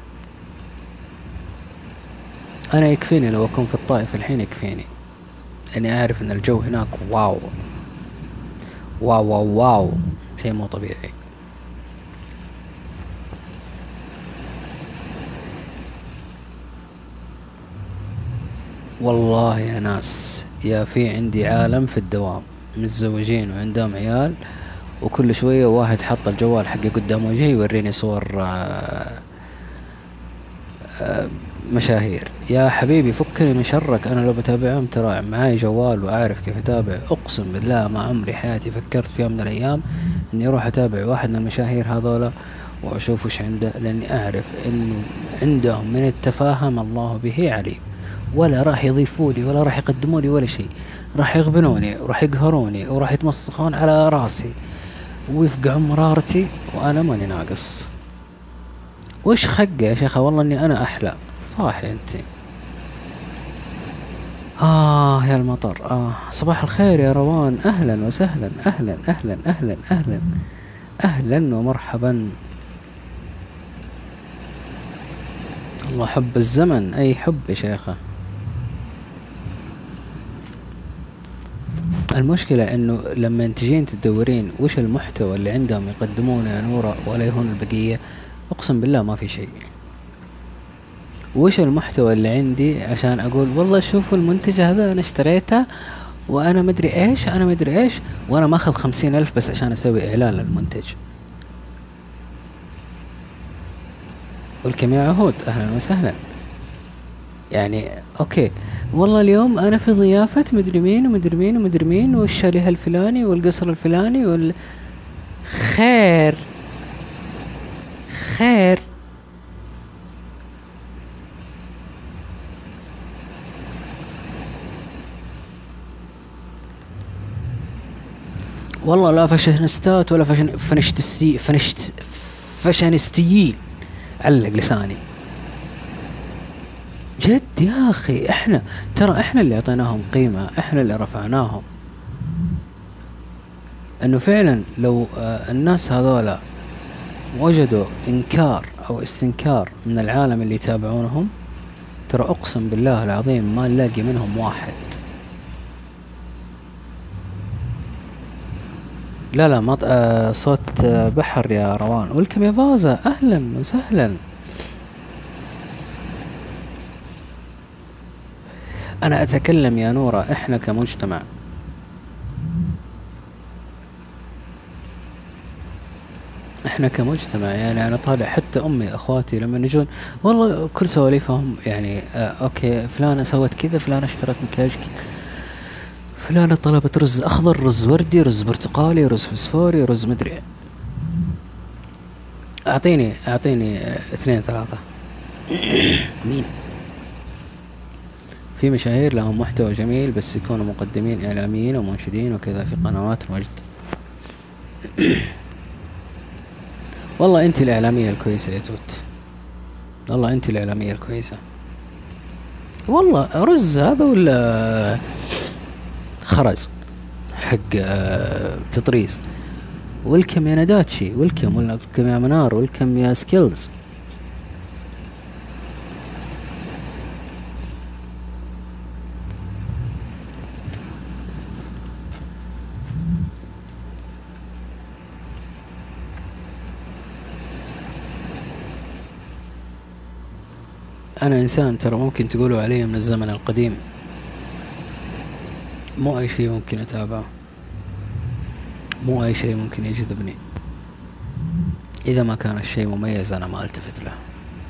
أنا يكفيني لو أكون في الطائف الحين، يكفيني اني اعرف ان الجو هناك واو واو واو واو، شيء مو طبيعي. والله يا ناس، يا في عندي عالم في الدوام متزوجين وعندهم عيال، وكل شوية واحد حط الجوال حقه قدام وجهي يوريني صور آه آه مشاهير. يا حبيبي فكني من شرك، انا لو بتابعهم ترى معاي جوال واعرف كيف اتابع. اقسم بالله ما عمري حياتي فكرت في يوم من الايام اني اروح اتابع واحد من المشاهير هذولا واشوف وش عنده، لاني اعرف انه عندهم من التفاهة ما الله به عليم، ولا راح يضيفوا لي ولا راح يقدموا لي ولا شيء. راح يغبنوني وراح يقهروني وراح يتمسخون على راسي ويفقعون مرارتي، وانا ماني ناقص. وش خقة يا شيخة، والله اني انا احلى. صاحي انت. آه يا المطر. آه صباح الخير يا روان، أهلا وسهلا، أهلا أهلا أهلا أهلا أهلا ومرحبا. الله حب الزمن، أي حب يا شيخة. المشكلة انه لما تجين تدورين وش المحتوى اللي عندهم يقدمونه يا نورة ولا يهون البقية، اقسم بالله ما في شيء. وش المحتوى اللي عندي عشان اقول والله شوفوا المنتج هذا انا اشتريته وانا مدري ايش انا مدري ايش، وانا ماخذ خمسين الف بس عشان اسوي اعلان للمنتج. والكم يا عهود اهلا وسهلا. يعني اوكي والله اليوم انا في ضيافة مدري مين ومدري مين ومدري مين والشاليه الفلاني والقصر الفلاني وال خير خير. والله لا فاشينيستات ولا فاشن فنشتستي فنشت فاشينيستيين. علق لساني جد يا اخي. احنا ترى احنا اللي اعطيناهم قيمة، احنا اللي رفعناهم. انه فعلا لو آه الناس هذولا وجدوا انكار او استنكار من العالم اللي يتابعونهم، ترى اقسم بالله العظيم ما نلاقي منهم واحد. لا لا ما آه صوت آه بحر يا روان. ولكم يا فازة اهلا وسهلا. انا اتكلم يا نورة احنا كمجتمع، احنا كمجتمع يعني انا طالع حتى امي اخواتي لما يجون والله كل سواليفهم يعني آه اوكي فلانة سوت كذا، فلانة اشترت مكياج كذا، فلانة طلبت رز اخضر رز وردي رز برتقالي رز فسفوري رز مدري. اعطيني اعطيني آه اثنين ثلاثة. مين؟ في مشاهير لهم محتوى جميل بس يكونوا مقدمين اعلاميين ومنشدين وكذا في قنوات المجد. والله انت الاعلامية الكويسة يا توت، والله انت الاعلامية الكويسة. والله رز هذا ولا خرز حق آه تطريز. والكم يا نداتشي، والكم والكم يا منار، والكم يا سكيلز. انا انسان ترى ممكن تقولوا علي من الزمن القديم، مو اي شيء ممكن اتابعه، مو اي شيء ممكن يجذبني. اذا ما كان الشيء مميز انا ما التفت له.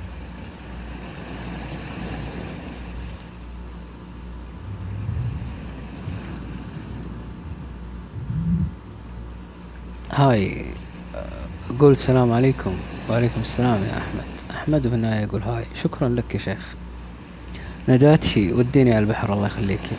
هاي قول السلام عليكم. وعليكم السلام يا احمد. احمد في النهاية يقول هاي. شكرا لك يا شيخ. نداتشي وديني على البحر الله يخليكي.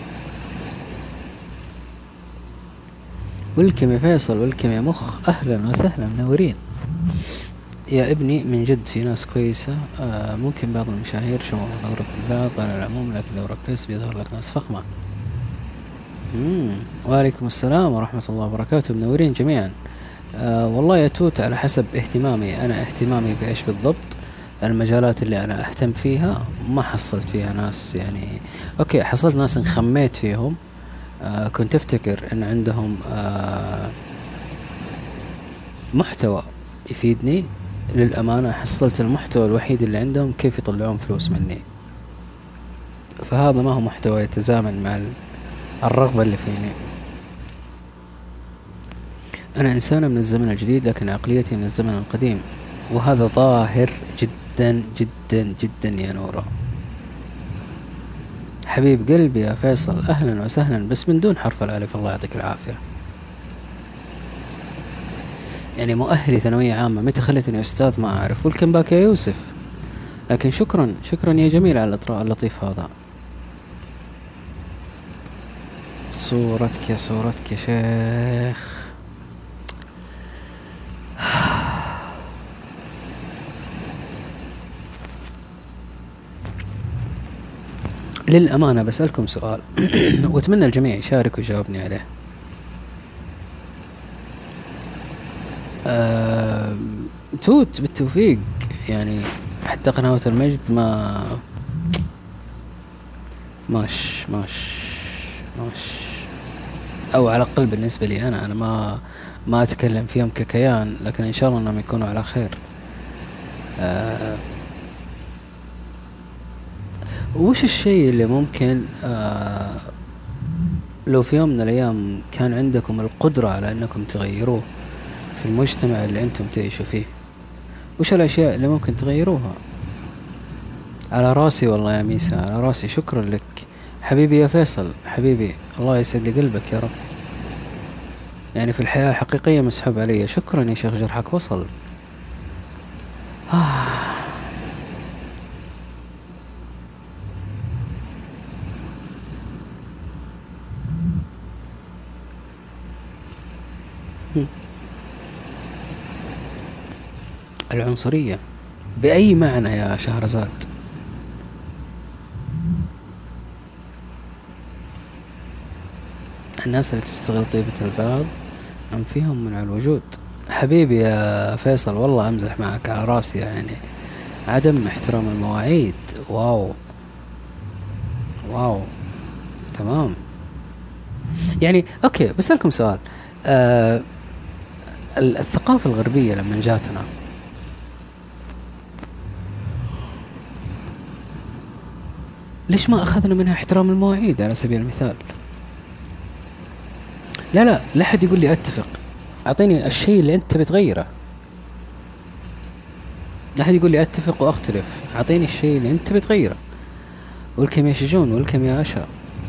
ولكم يا فيصل، ولكم يا مخ، اهلا وسهلا منورين يا ابني. من جد في ناس كويسة. آه ممكن بعض المشاهير شموع دورة البعض على العموم، لكن لو ركزت بيظهر لك ناس فخمة. مم. وعليكم السلام ورحمة الله وبركاته. منورين جميعا. آه والله يا توت على حسب اهتمامي. انا اهتمامي بايش بالضبط؟ المجالات اللي انا اهتم فيها ما حصلت فيها ناس يعني اوكي، حصلت ناس انخميت فيهم. آه كنت افتكر ان عندهم آه محتوى يفيدني. للأمانة حصلت المحتوى الوحيد اللي عندهم كيف يطلعون فلوس مني، فهذا ما هو محتوى يتزامن مع الرغبة اللي فيني. أنا إنسانة من الزمن الجديد لكن عقليتي من الزمن القديم، وهذا ظاهر جدا جدا جدا يا نورة. حبيب قلبي يا فيصل أهلا وسهلا، بس من دون حرف الألف الله يعطيك العافية. يعني مؤهلي ثانوية عامة متى خلتني أستاذ ما أعرف. والكم باك يا يوسف. لكن شكرا شكرا يا جميل على الإطراء اللطيف هذا. صورتك يا صورتك يا شيخ. للأمانة بسألكم سؤال وأتمنى الجميع يشارك ويجاوبني عليه. أه توت بالتوفيق يعني حتى قناة المجد ما ماش ماش ماش او على الاقل بالنسبه لي انا انا ما ما اتكلم فيهم ككيان، لكن ان شاء الله انهم يكونوا على خير. آه وش الشيء اللي ممكن آه لو في يوم من الايام كان عندكم القدرة على انكم تغيروه في المجتمع اللي انتم تعيشوا فيه، وش الاشياء اللي ممكن تغيروها؟ على راسي والله يا ميسا، على راسي. شكرا لك حبيبي يا فيصل، حبيبي الله يسعد لي قلبك يا رب. يعني في الحياة الحقيقية مسحوب علي. شكرا يا شيخ، جرحك وصل. آه. العنصرية بأي معنى يا شهرزاد؟ الناس اللي تستغل طيبة البعض أنفيهم من على الوجود. حبيبي يا فيصل والله أمزح معك على راسي. يعني عدم احترام المواعيد. واو واو تمام. يعني أوكي بسألكم سؤال. آه الثقافة الغربية لما جاتنا ليش ما أخذنا منها احترام المواعيد على سبيل المثال؟ لا لا لا حد يقول لي أتفق. أعطيني الشيء اللي أنت بتغيره. لا حد يقول لي أتفق وأختلف. أعطيني الشيء اللي أنت بتغيره. والكم يا شجون، والكم يا عشا.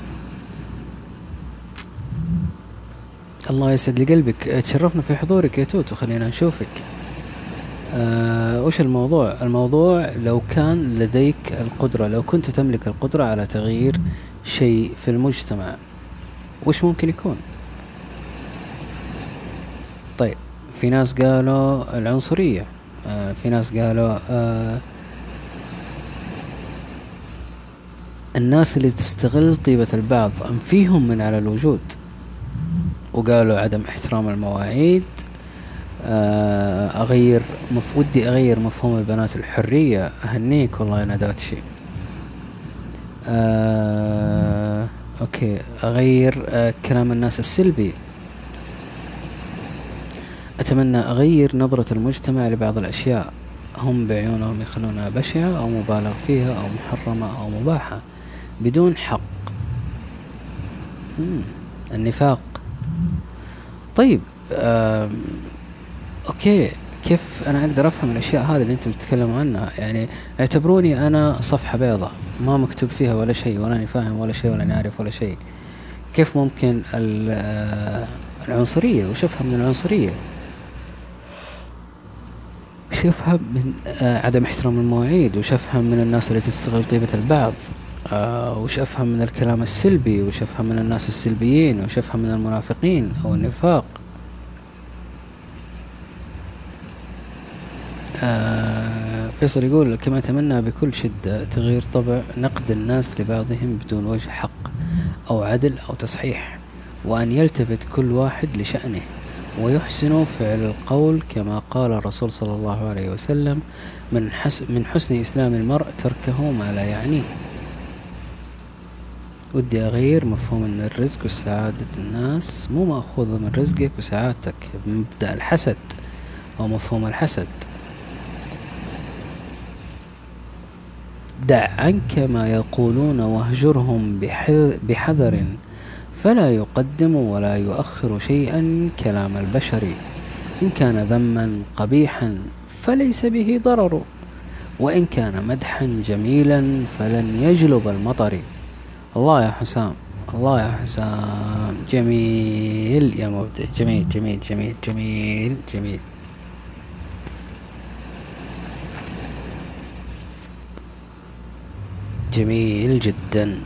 الله يسعد لي قلبك. تشرفنا في حضورك يا توت، وخلينا نشوفك. آه وش الموضوع؟ الموضوع لو كان لديك القدرة، لو كنت تملك القدرة على تغيير شيء في المجتمع، وش ممكن يكون؟ طيب في ناس قالوا العنصرية، آه في ناس قالوا آه الناس اللي تستغل طيبة البعض أنفيهم من على الوجود، وقالوا عدم احترام المواعيد. آه أغير مف ودي أغير مفهوم البنات الحرية. أهنيك والله يا نداتشي. آه أوكي أغير آه كلام الناس السلبي. أتمنى أغير نظرة المجتمع لبعض الأشياء هم بعيونهم يخلونها بشعة أو مبالغ فيها أو محرمة أو مباحة بدون حق. مم. النفاق. طيب أوكي، كيف أنا أقدر أفهم الأشياء هذه اللي أنتم تتكلموا عنها؟ يعني اعتبروني أنا صفحة بيضاء ما مكتوب فيها ولا شيء، ولا أني فاهم ولا شيء، ولا أني عارف ولا شيء. كيف ممكن العنصرية؟ وش أفهم من العنصرية؟ وش أفهم من آه عدم احترام المواعيد؟ وش أفهم من الناس اللي تستغل طيبة البعض؟ آه وش أفهم من الكلام السلبي؟ وش أفهم من الناس السلبيين؟ وش أفهم من المنافقين أو النفاق؟ آه فيصل يقول كما أتمنى بكل شدة تغيير طبع نقد الناس لبعضهم بدون وجه حق أو عدل أو تصحيح، وأن يلتفت كل واحد لشأنه ويحسن فعل القول كما قال الرسول صلى الله عليه وسلم من, من حسن إسلام المرء تركه ما لا يعنيه. ودي أغير مفهوم أن الرزق وسعادة الناس مو مأخوذ من رزقك وسعادتك بمبدأ الحسد أو مفهوم الحسد. دع عنك ما يقولون واهجرهم بحذر فلا يقدم ولا يؤخر شيئا كلام البشر، إن كان ذما قبيحا فليس به ضرر، وإن كان مدحا جميلا فلن يجلب المطر. الله يا حسام، الله يا حسام، جميل يا مبدع، جميل جميل جميل جميل جميل. جميل جدا.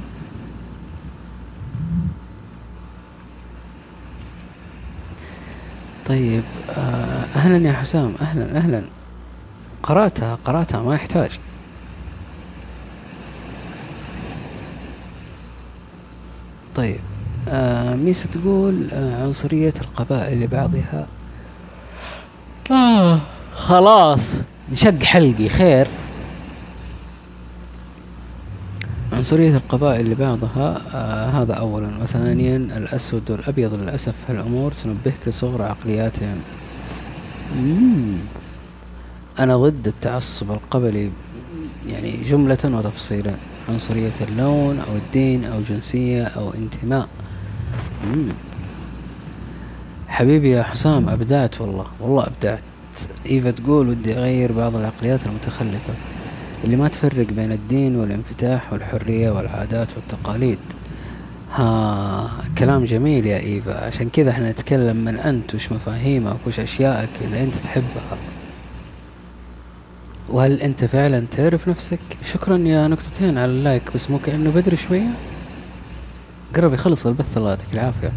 طيب أهلا يا حسام، أهلا أهلا. قرأتها قرأتها ما يحتاج. طيب آه ميسا تقول آه عنصرية القبائل لبعضها. آه خلاص نشق حلقي خير. عنصرية القبائل لبعضها، آه هذا أولا. وثانيا الأسود والأبيض للأسف هالأمور تنبهك لصغر عقلياتهم. مم. أنا ضد التعصب القبلي يعني جملة وتفصيلا، عنصرية اللون أو الدين أو جنسية أو انتماء. مم. حبيبي يا حسام أبدعت والله، والله أبدعت. إيفا تقول ودي أغير بعض العقليات المتخلفة اللي ما تفرق بين الدين والانفتاح والحرية والعادات والتقاليد. ها كلام جميل يا إيفا، عشان كذا احنا نتكلم من أنت وش مفاهيمك وش أشيائك اللي أنت تحبها، وهل أنت فعلا تعرف نفسك. شكرا يا نقطتين على اللايك، بس مو كأنه بدري شوية، قرب يخلص البث الله يعطيك العافية.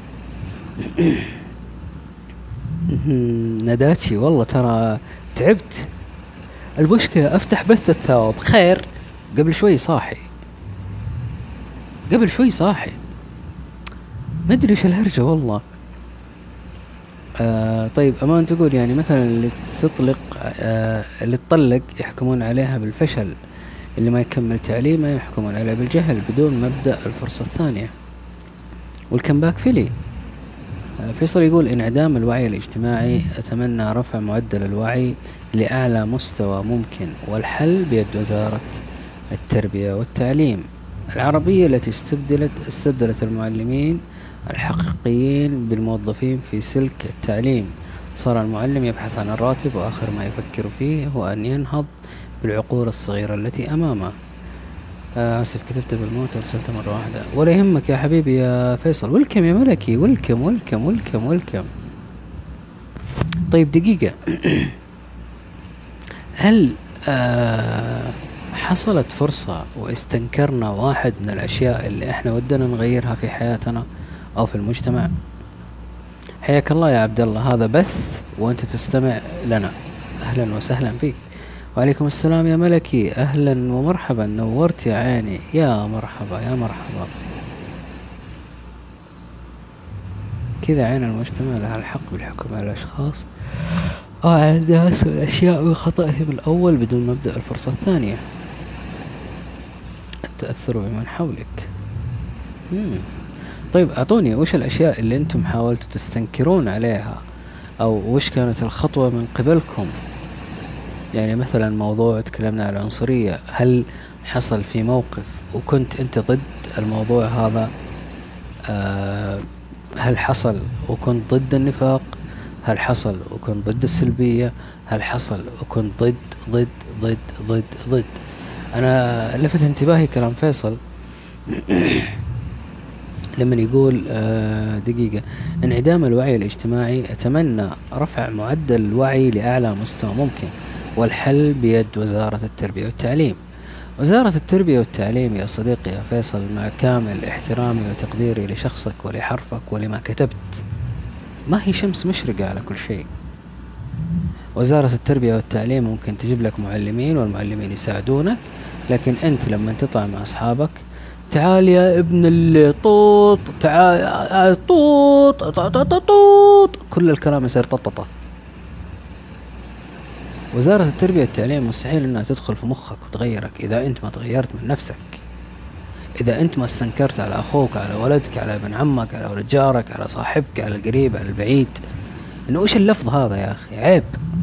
نداتي والله ترى تعبت. المشكلة أفتح بث الثواب خير، قبل شوي صاحي قبل شوي صاحي ما أدري إيش الهرجة والله. آه طيب أمان تقول يعني مثلا اللي تطلق آه اللي تطلق يحكمون عليها بالفشل، اللي ما يكمل تعليمه يحكمون عليه بالجهل بدون مبدأ الفرصة الثانية. والكمباك فيلي آه فيصل يقول انعدام الوعي الاجتماعي، أتمنى رفع معدل الوعي لأعلى مستوى ممكن، والحل بيد وزارة التربية والتعليم العربية التي استبدلت استبدلت المعلمين الحقيقيين بالموظفين في سلك التعليم. صار المعلم يبحث عن الراتب، وآخر ما يفكر فيه هو أن ينهض بالعقول الصغيرة التي أمامه. آه آسف كتبت بالموت ورسلت مرة واحدة. ولا يهمك يا حبيبي يا فيصل. ولكم يا ملكي، ولكم ولكم ولكم ولكم. طيب دقيقة. هل آه حصلت فرصة واستنكرنا واحد من الأشياء اللي احنا ودنا نغيرها في حياتنا أو في المجتمع؟ حياك الله يا عبد الله، هذا بث وأنت تستمع لنا، أهلا وسهلا فيك. وعليكم السلام يا ملكي، أهلا ومرحبا، نورت يا عيني، يا مرحبا يا مرحبا. كذا عين المجتمع لها الحق بالحكم على الأشخاص أو على الناس والأشياء وخطئهم الأول بدون مبدأ الفرصة الثانية، التأثر بمن حولك. مم. طيب أعطوني وش الأشياء اللي أنتم حاولتوا تستنكرون عليها، أو وش كانت الخطوة من قبلكم؟ يعني مثلا موضوع تكلمنا عن العنصرية، هل حصل في موقف وكنت أنت ضد الموضوع هذا؟ آه هل حصل وكنت ضد النفاق؟ هل حصل وكنت ضد السلبية؟ هل حصل وكنت ضد ضد ضد ضد ضد أنا لفت انتباهي كلام فيصل لما يقول آه دقيقة انعدام الوعي الاجتماعي، أتمنى رفع معدل الوعي لأعلى مستوى ممكن، والحل بيد وزارة التربية والتعليم. وزارة التربية والتعليم يا صديقي يا فيصل، مع كامل احترامي وتقديري لشخصك ولحرفك ولما كتبت، ما هي شمس مشرقة على كل شيء. وزارة التربية والتعليم ممكن تجيب لك معلمين والمعلمين يساعدونك، لكن أنت لما تطلع مع أصحابك تعال يا ابن الطوط، تعال طوط طوط، كل الكلام يصير طططة. وزارة التربية والتعليم مستحيل انها تدخل في مخك وتغيرك اذا انت ما تغيرت من نفسك، اذا انت ما استنكرت على اخوك، على ولدك، على ابن عمك، على ولد جارك، على صاحبك، على القريب، على البعيد. انه ايش اللفظ هذا يا اخي؟ عيب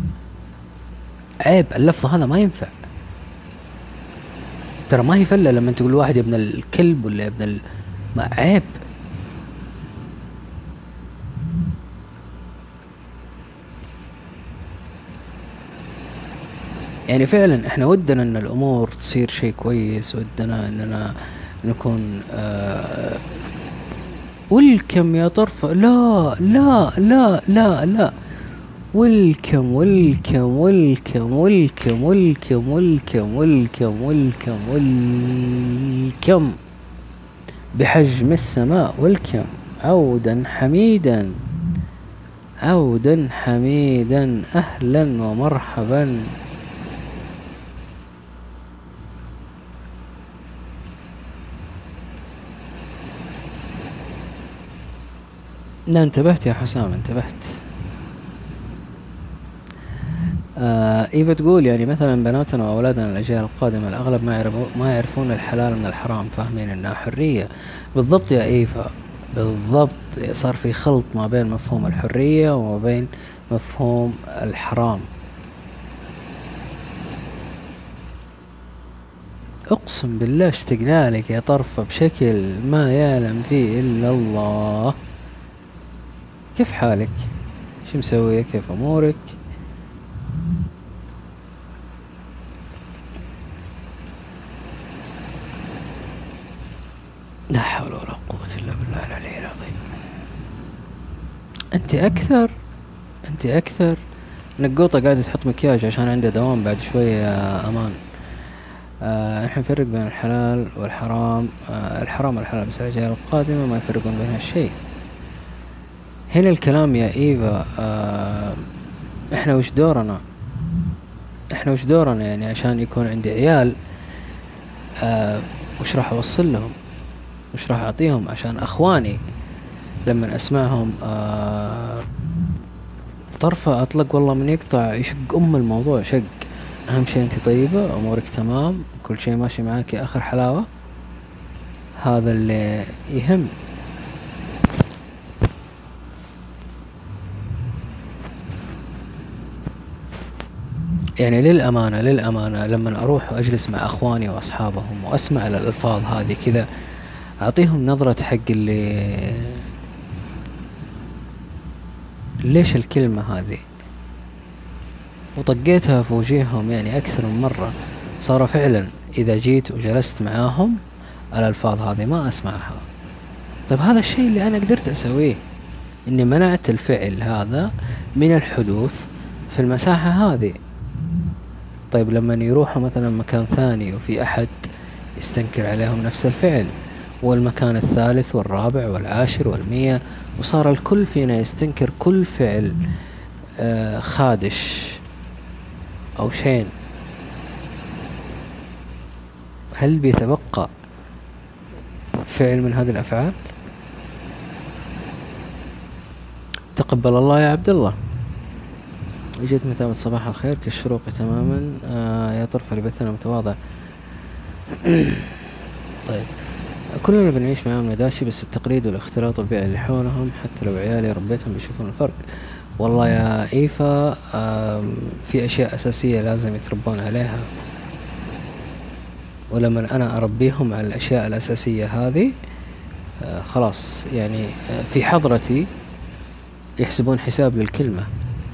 عيب، اللفظ هذا ما ينفع. ترى ما هي فلة لما تقول واحد يا ابن الكلب ولا يا ابن ال... ما عيب. يعني فعلا احنا ودنا ان الامور تصير شيء كويس، ودنا اننا نكون آه ولكم يا طرف. لا لا لا لا لا، ولكم ولكم ولكم ولكم ولكم ولكم ولكم ولكم ولكم بحجم السماء. ولكم عودا حميدا، عودا حميدا، اهلا ومرحبا. لا انتبهت يا حسام، انتبهت. آه إيفا تقول يعني مثلا بناتنا وأولادنا الأجيال القادمة الأغلب ما يعرفون ما يعرفون الحلال من الحرام، فاهمين إنها حرية. بالضبط يا إيفا، بالضبط. صار في خلط ما بين مفهوم الحرية وما بين مفهوم الحرام. اقسم بالله اشتقنا لك يا طرفة بشكل ما يعلم فيه الا الله. كيف حالك؟ شو مسوية؟ كيف امورك؟ لا حول ولا قوة الا بالله العلي العظيم. انت اكثر انت اكثر. نقوطة قاعدة تحط مكياج عشان عنده دوام بعد شوية يا امان. آه نحن نفرق بين الحلال والحرام. آه الحرام والحلال، بس الأجيال القادمة ما يفرقون بين هالشيء. هنا الكلام يا إيفا. آه إحنا وش دورنا إحنا وش دورنا يعني عشان يكون عندي عيال. آه وش راح أوصل لهم؟ وش راح أعطيهم عشان أخواني لما أسمعهم آه طرفة أطلق والله من يقطع يشق أم الموضوع شق. أهم شيء أنت طيبة، أمورك تمام، كل شيء ماشي معاك آخر حلاوة. هذا اللي يهم. يعني للأمانة للأمانة لما أروح وأجلس مع أخواني وأصحابهم وأسمع الألفاظ هذه كذا، أعطيهم نظرة حق اللي ليش الكلمة هذه، وطقيتها في وجيههم يعني أكثر من مرة. صار فعلا إذا جيت وجلست معاهم الألفاظ هذه ما أسمعها. طيب هذا الشيء اللي أنا قدرت أسويه، إني منعت الفعل هذا من الحدوث في المساحة هذه. طيب لما يروحوا مثلا مكان ثاني وفي أحد يستنكر عليهم نفس الفعل، والمكان الثالث والرابع والعاشر والمية، وصار الكل فينا يستنكر كل فعل آه خادش أو شين، هل بيتبقى فعل من هذه الأفعال؟ تقبل الله يا عبد الله. اجت مثابة صباح الخير كالشروق تماما. آه يا طرف لبثنا متواضع. طيب كلنا بنعيش معاهم نداشي، بس التقليد والاختلاط والبيئة اللي حولهم حتى لو عيالي ربيتهم بيشوفون الفرق. والله يا إيفا آه في أشياء أساسية لازم يتربون عليها، ولما أنا أربيهم على الأشياء الأساسية هذه آه خلاص يعني آه في حضرتي يحسبون حساب للكلمة.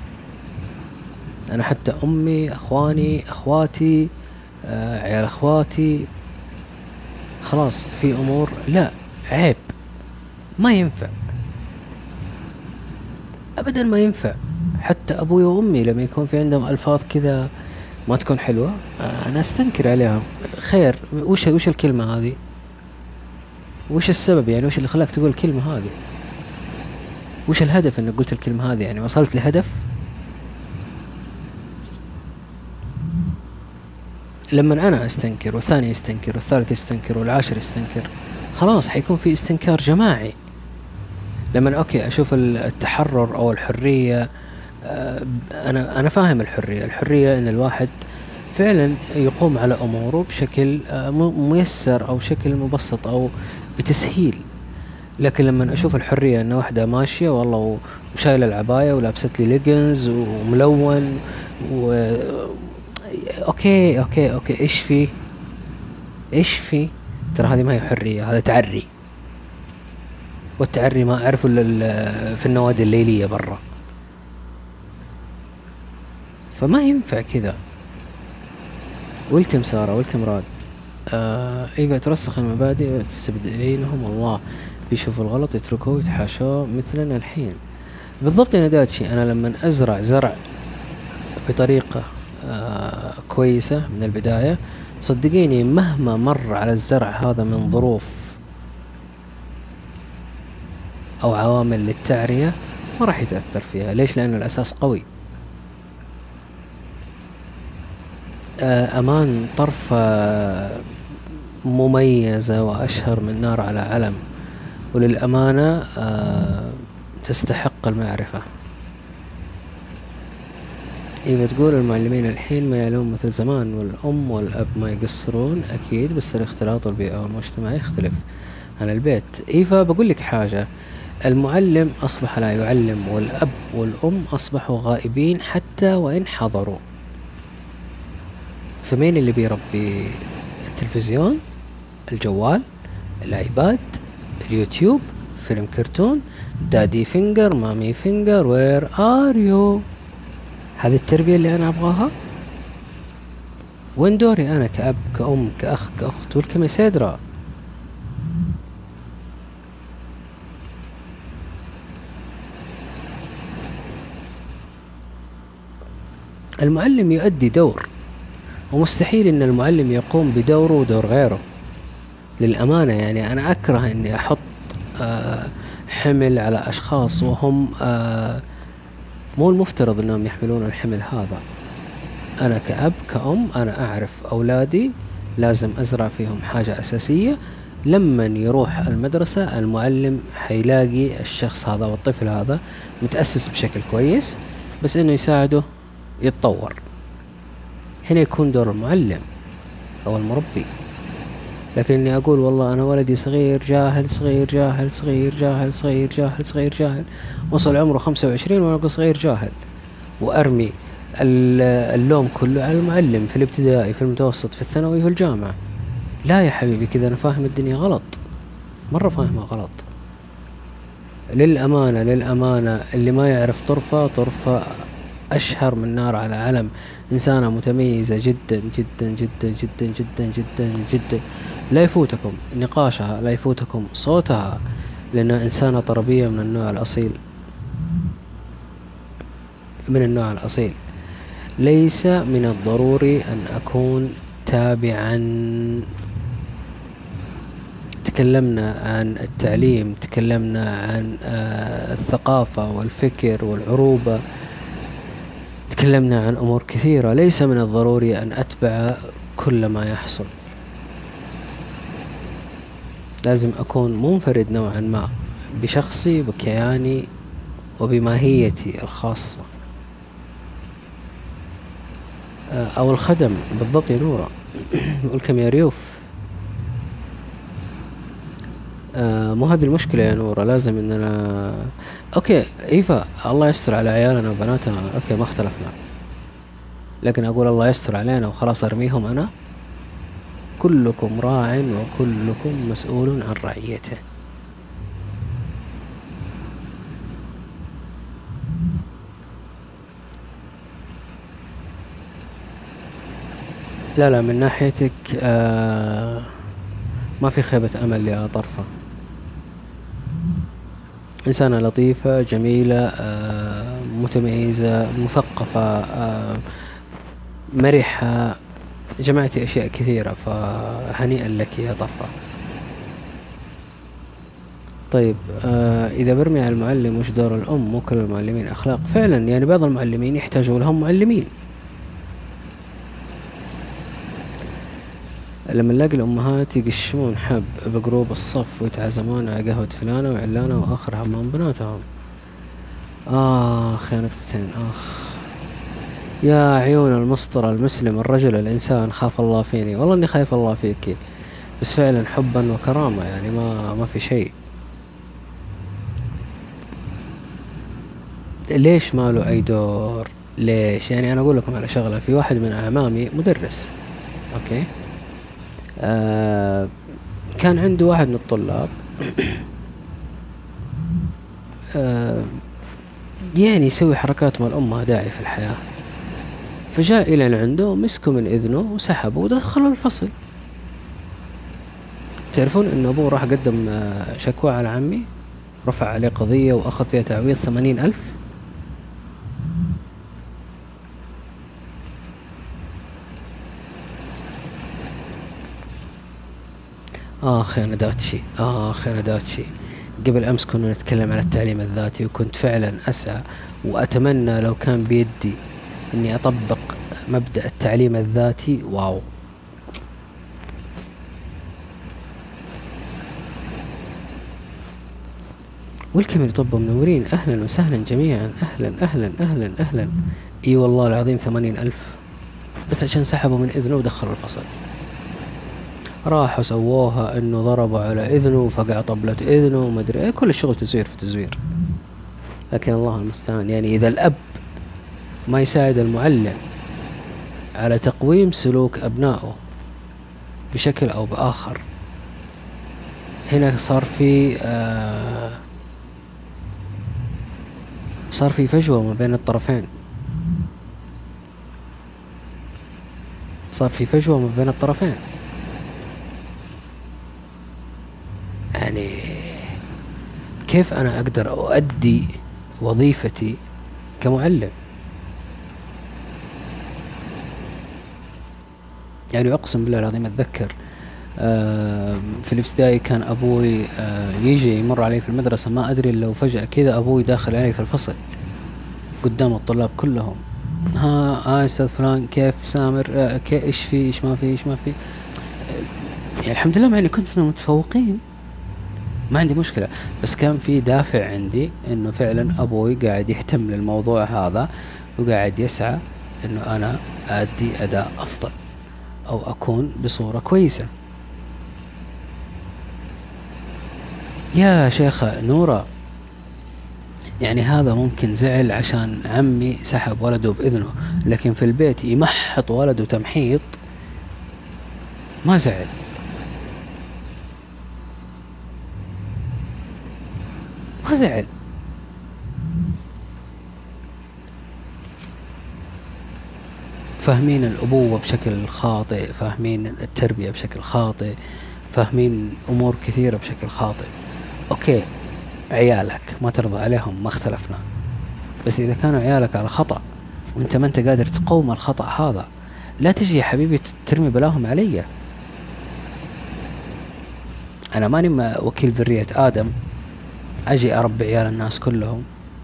أنا حتى أمي، أخواني، أخواتي، آه عيال أخواتي، خلاص في أمور لا عيب، ما ينفع أبدا، ما ينفع. حتى أبوي وأمي لما يكون في عندهم ألفاظ كذا ما تكون حلوة آه أنا أستنكر عليهم. خير، وش وش الكلمة هذه؟ وش السبب يعني؟ وش اللي خلاك تقول الكلمة هذه؟ وش الهدف انك قلت الكلمة هذه؟ يعني وصلت لهدف؟ لما انا استنكر والثاني يستنكر والثالث يستنكر والعاشر يستنكر، خلاص حيكون في استنكار جماعي. لما اوكي اشوف التحرر او الحرية، انا انا فاهم الحرية. الحرية ان الواحد فعلا يقوم على اموره بشكل ميسر او شكل مبسط او بتسهيل. لكن لما اشوف الحرية ان واحدة ماشية والله وشايلة العباية ولابست لي ليجنز وملون و اوكي اوكي اوكي ايش في ايش في ترى هذه ما هي حرية، هذا تعري. والتعري ما اعرفه الا في النوادي الليلية برا. فما ينفع كذا. ولكم سارة، ولكم راد. آه ايوه ترسخ المبادئ وتستبدعينهم، الله بيشوفوا الغلط يتركوه ويتحاشوه مثلنا الحين. بالضبط يا نداتشي. انا لما ازرع زرع بطريقة آه كويسة من البداية، صدقيني مهما مر على الزرع هذا من ظروف او عوامل للتعرية ما راح يتأثر فيها. ليش؟ لأن الأساس قوي. آه أمان طرفة مميزة وأشهر من نار على علم، وللأمانة آه تستحق المعرفة. ايوه تقول المعلمين الحين ما يعلمون مثل زمان، والأم والأب ما يقصرون أكيد، بس الاختلاط والبيئة والمجتمع يختلف عن البيت. ايوه بقول لك حاجة، المعلم أصبح لا يعلم، والأب والأم أصبحوا غائبين حتى وإن حضروا. فمين اللي بيربي؟ التلفزيون، الجوال، الايباد، اليوتيوب، فيلم كرتون، دادي فينجر، مامي فينجر، وير ار يو. هذه التربية اللي انا ابغاها؟ وين دوري انا كأب كأم كأخ كأخت والكميسيدرا؟ المعلم يؤدي دور، ومستحيل ان المعلم يقوم بدوره ودور غيره للأمانة. يعني انا اكره اني احط آه حمل على اشخاص وهم آه مو المفترض انهم يحملون الحمل هذا. انا كأب كأم انا اعرف اولادي لازم ازرع فيهم حاجة اساسية. لما يروح المدرسة المعلم حيلاقي الشخص هذا والطفل هذا متأسس بشكل كويس، بس انه يساعده يتطور. هنا يكون دور المعلم او المربي. لكن اني اقول والله انا ولدي صغير جاهل صغير جاهل صغير جاهل صغير جاهل صغير جاهل، وصل عمره خمسة وعشرين وانا اقول صغير جاهل، وارمي اللوم كله على المعلم في الابتدائي في المتوسط في الثانوي في الجامعة. لا يا حبيبي، كذا انا فاهم الدنيا غلط، مرة فاهمها غلط. للأمانة للأمانة اللي ما يعرف طرفة، طرفة أشهر من نار على علم. إنسانة متميزة جدا جدا جدا جدا جدا جدا جدا، لا يفوتكم نقاشها، لا يفوتكم صوتها، لأنها إنسانة طربية من النوع الأصيل، من النوع الأصيل. ليس من الضروري أن أكون تابعا. تكلمنا عن التعليم، تكلمنا عن آه الثقافة والفكر والعروبة، تكلمنا عن أمور كثيرة. ليس من الضروري أن أتبع كل ما يحصل، لازم أكون منفرد نوعا ما بشخصي وكياني وبماهيتي الخاصة. آه أو الخدم بالضبط يا نورة. قولكم يا ريوف. آه مو هذه المشكلة يا نورة، لازم اننا اوكي ايفا الله يستر على عيالنا وبناتنا، اوكي ما اختلفنا، لكن اقول الله يستر علينا وخلاص ارميهم انا؟ كلكم راع وكلكم مسؤول عن رعيته. لا لا من ناحيتك آه ما في خيبة امل يا طرفة. إنسانة لطيفة جميلة آه متميزة مثقفة آه مرحة، جمعتي أشياء كثيرة، فهنيئا لك يا طرفة. طيب آه إذا برمي على المعلم وش دور الأم؟ مو كل المعلمين أخلاق فعلا، يعني بعض المعلمين يحتاجوا لهم معلمين. لما نلاقي الأمهات يقشمون حب بقروب الصف ويتعزمون على قهوة فلانة وعلانة وآخر همام بناتهم. آخ يا نكتتين آخ. يا عيون المسطرة المسلم الرجل الإنسان خاف الله فيني. والله إني خايف الله فيك، بس فعلا حبا وكرامة، يعني ما ما في شيء. ليش ما له أي دور؟ ليش؟ يعني أنا أقول لكم على شغلة، في واحد من أعمامي مدرس أوكي آه كان عنده واحد من الطلاب آه يعني يسوي حركات ما الأمها داعي في الحياة، فجاء إلى عنده مسكه من إذنه وسحبه ودخله الفصل. تعرفون إن أبوه راح قدم آه شكوى على عمي، رفع عليه قضية وأخذ فيها تعويض ثمانين ألف. آخ يا نداتشي آخ يا نداتشي. قبل أمس كنا نتكلم عن التعليم الذاتي، وكنت فعلا أسعى وأتمنى لو كان بيدي أني أطبق مبدأ التعليم الذاتي. واو. والكم اللي طب منورين، أهلا وسهلا جميعا، أهلا أهلا أهلا أهلا. إي والله العظيم ثمانين ألف بس عشان سحبوا من إذنه ودخلوا الفصل. راحوا سووها إنه ضربوا على إذنه وفقع طبلة إذنه ومدري إيه، كل الشغل تزوير في تزوير. لكن الله المستعان. يعني إذا الأب ما يساعد المعلم على تقويم سلوك أبنائه بشكل أو بآخر، هنا صار في آه صار في فجوة ما بين الطرفين، صار في فجوة ما بين الطرفين. يعني كيف أنا أقدر أؤدي وظيفتي كمعلم؟ يعني أقسم بالله العظيم أتذكر آه في الابتدائي كان أبوي آه يجي يمر علي في المدرسة، ما أدري لو فجأة كذا أبوي داخل علي في الفصل قدام الطلاب كلهم، ها ها أستاذ فلان كيف سامر، آه كيف إيش في إيش ما في إيش ما في. يعني الحمد لله مع إني كنت من المتفوقين ما عندي مشكلة، بس كان في دافع عندي إنه فعلا أبوي قاعد يهتم للموضوع هذا وقاعد يسعى إنه أنا أدي أداء أفضل أو أكون بصورة كويسة. يا شيخة نورة، يعني هذا ممكن زعل عشان عمي سحب ولده بإذنه، لكن في البيت يمحط ولده تمحيط ما زعل. ما زعل. فاهمين الأبوة بشكل خاطئ، فاهمين التربية بشكل خاطئ، فاهمين أمور كثيرة بشكل خاطئ. أوكي عيالك ما ترضى عليهم، ما اختلفنا، بس إذا كانوا عيالك على خطأ وانت ما انت قادر تقوم الخطأ هذا، لا تجي يا حبيبي ترمي بلاهم علي. أنا ماني وكيل ذرية آدم أجي أربي عيال الناس كلهم.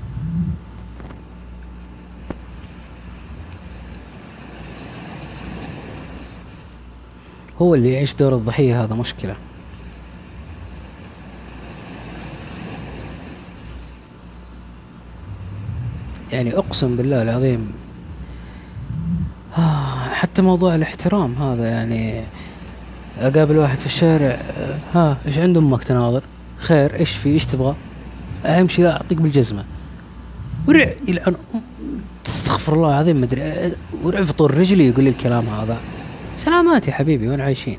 هو اللي يعيش دور الضحية هذا مشكلة. يعني أقسم بالله العظيم آه حتى موضوع الاحترام هذا، يعني أقابل واحد في الشارع، ها إيش عند أمك تناظر؟ خير إيش في إيش تبغى؟ أمشي لا أعطيك بالجزمة، ورع يلعن، استغفر الله العظيم مدري ورع في طول رجلي يقول لي الكلام هذا. سلامات يا حبيبي وين عايشين؟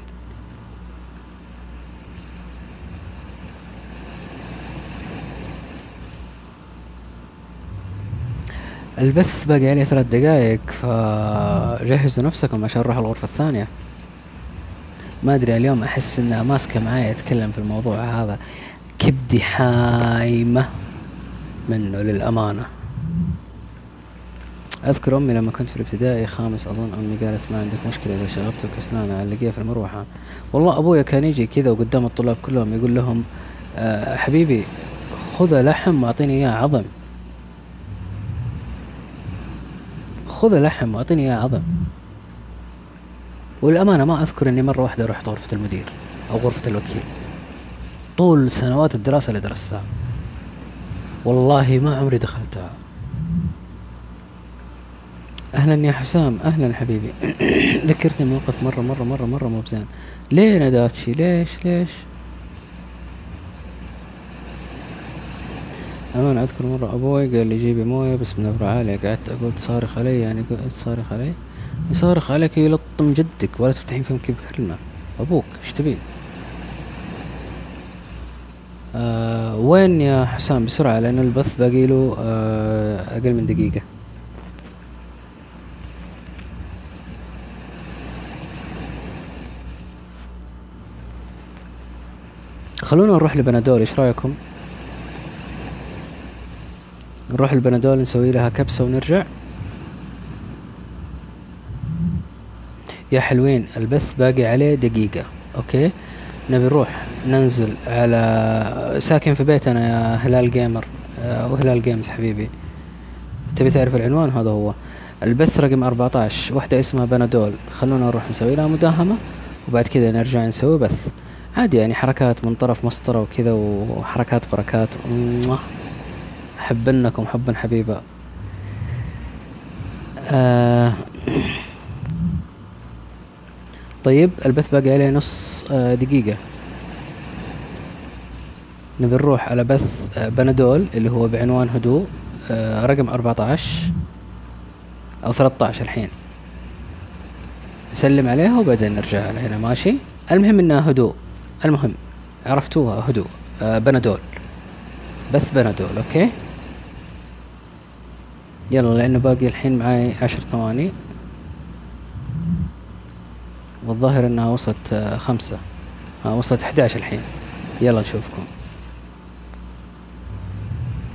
البث باقي عليه ثلاث دقائق، فجهزوا نفسكم عشان نروح الغرفة الثانية. ما أدري اليوم أحس إنها ماسكة معايا أتكلم في الموضوع هذا، كبدي حايمة منه للأمانة. أذكر أمي لما كنت في الابتدائي خامس أظن، أمي قالت ما عندك مشكلة إذا شغبتك أسنانها علقيها في المروحة. والله أبويا كان يجي كذا وقدام الطلاب كلهم يقول لهم أه حبيبي خذ لحم وأعطيني إياه عظم، خذ لحم وأعطيني إياه عظم. والأمانة ما أذكر أني مرة واحدة رحت غرفة المدير أو غرفة الوكيل طول سنوات الدراسة اللي درستها، والله ما عمري دخلتها. أهلا يا حسام، أهلا حبيبي. ذكرتني موقف مرة مرة مرة مرة مو بزين. ليه نداتشي؟ ليش ليش؟ أمان أذكر مرة أبوي قال لي جيبي موية بس بنبرة عالية، قعدت أقول تصارخ علي، يعني قلت تصارخ علي؟ يصارخ عليك يلطم جدك ولا تفتحين فيهم كيف كلمة أبوك إيش تبين؟ آه وين يا حسام بسرعة لأن البث باقي له آه أقل من دقيقة. خلونا نروح لبنادول، إيش رأيكم؟ نروح البنادول نسوي لها كبسة ونرجع. يا حلوين البث باقي عليه دقيقة، أوكي نبي نروح ننزل على ساكن في بيتنا يا هلال جيمر أو هلال جيمز حبيبي، تبي تعرف العنوان هذا هو البث رقم أربعة عشر، واحدة اسمها بنادول. خلونا نروح نسوي لها مداهمة وبعد كذا نرجع نسوي بث. عادي يعني، حركات من طرف مسطرة وكذا، وحركات بركات. أحبنكم حبا حبيبا. آه طيب البث باقي عليه نص آه دقيقة. نبي نروح على بث آه بنادول اللي هو بعنوان هدوء، آه رقم أربعة عشر أو ثلاثة عشر الحين. نسلم عليها وبعدين نرجع على هنا، ماشي؟ المهم إنها هدوء، المهم عرفتوها، هدوء آه بنادول، بث بنادول. أوكي يلا، لأنه باقي الحين معاي عشر ثواني، والظاهر إنها وصلت آه خمسة، آه وصلت أحد عشر الحين. يلا نشوفكم.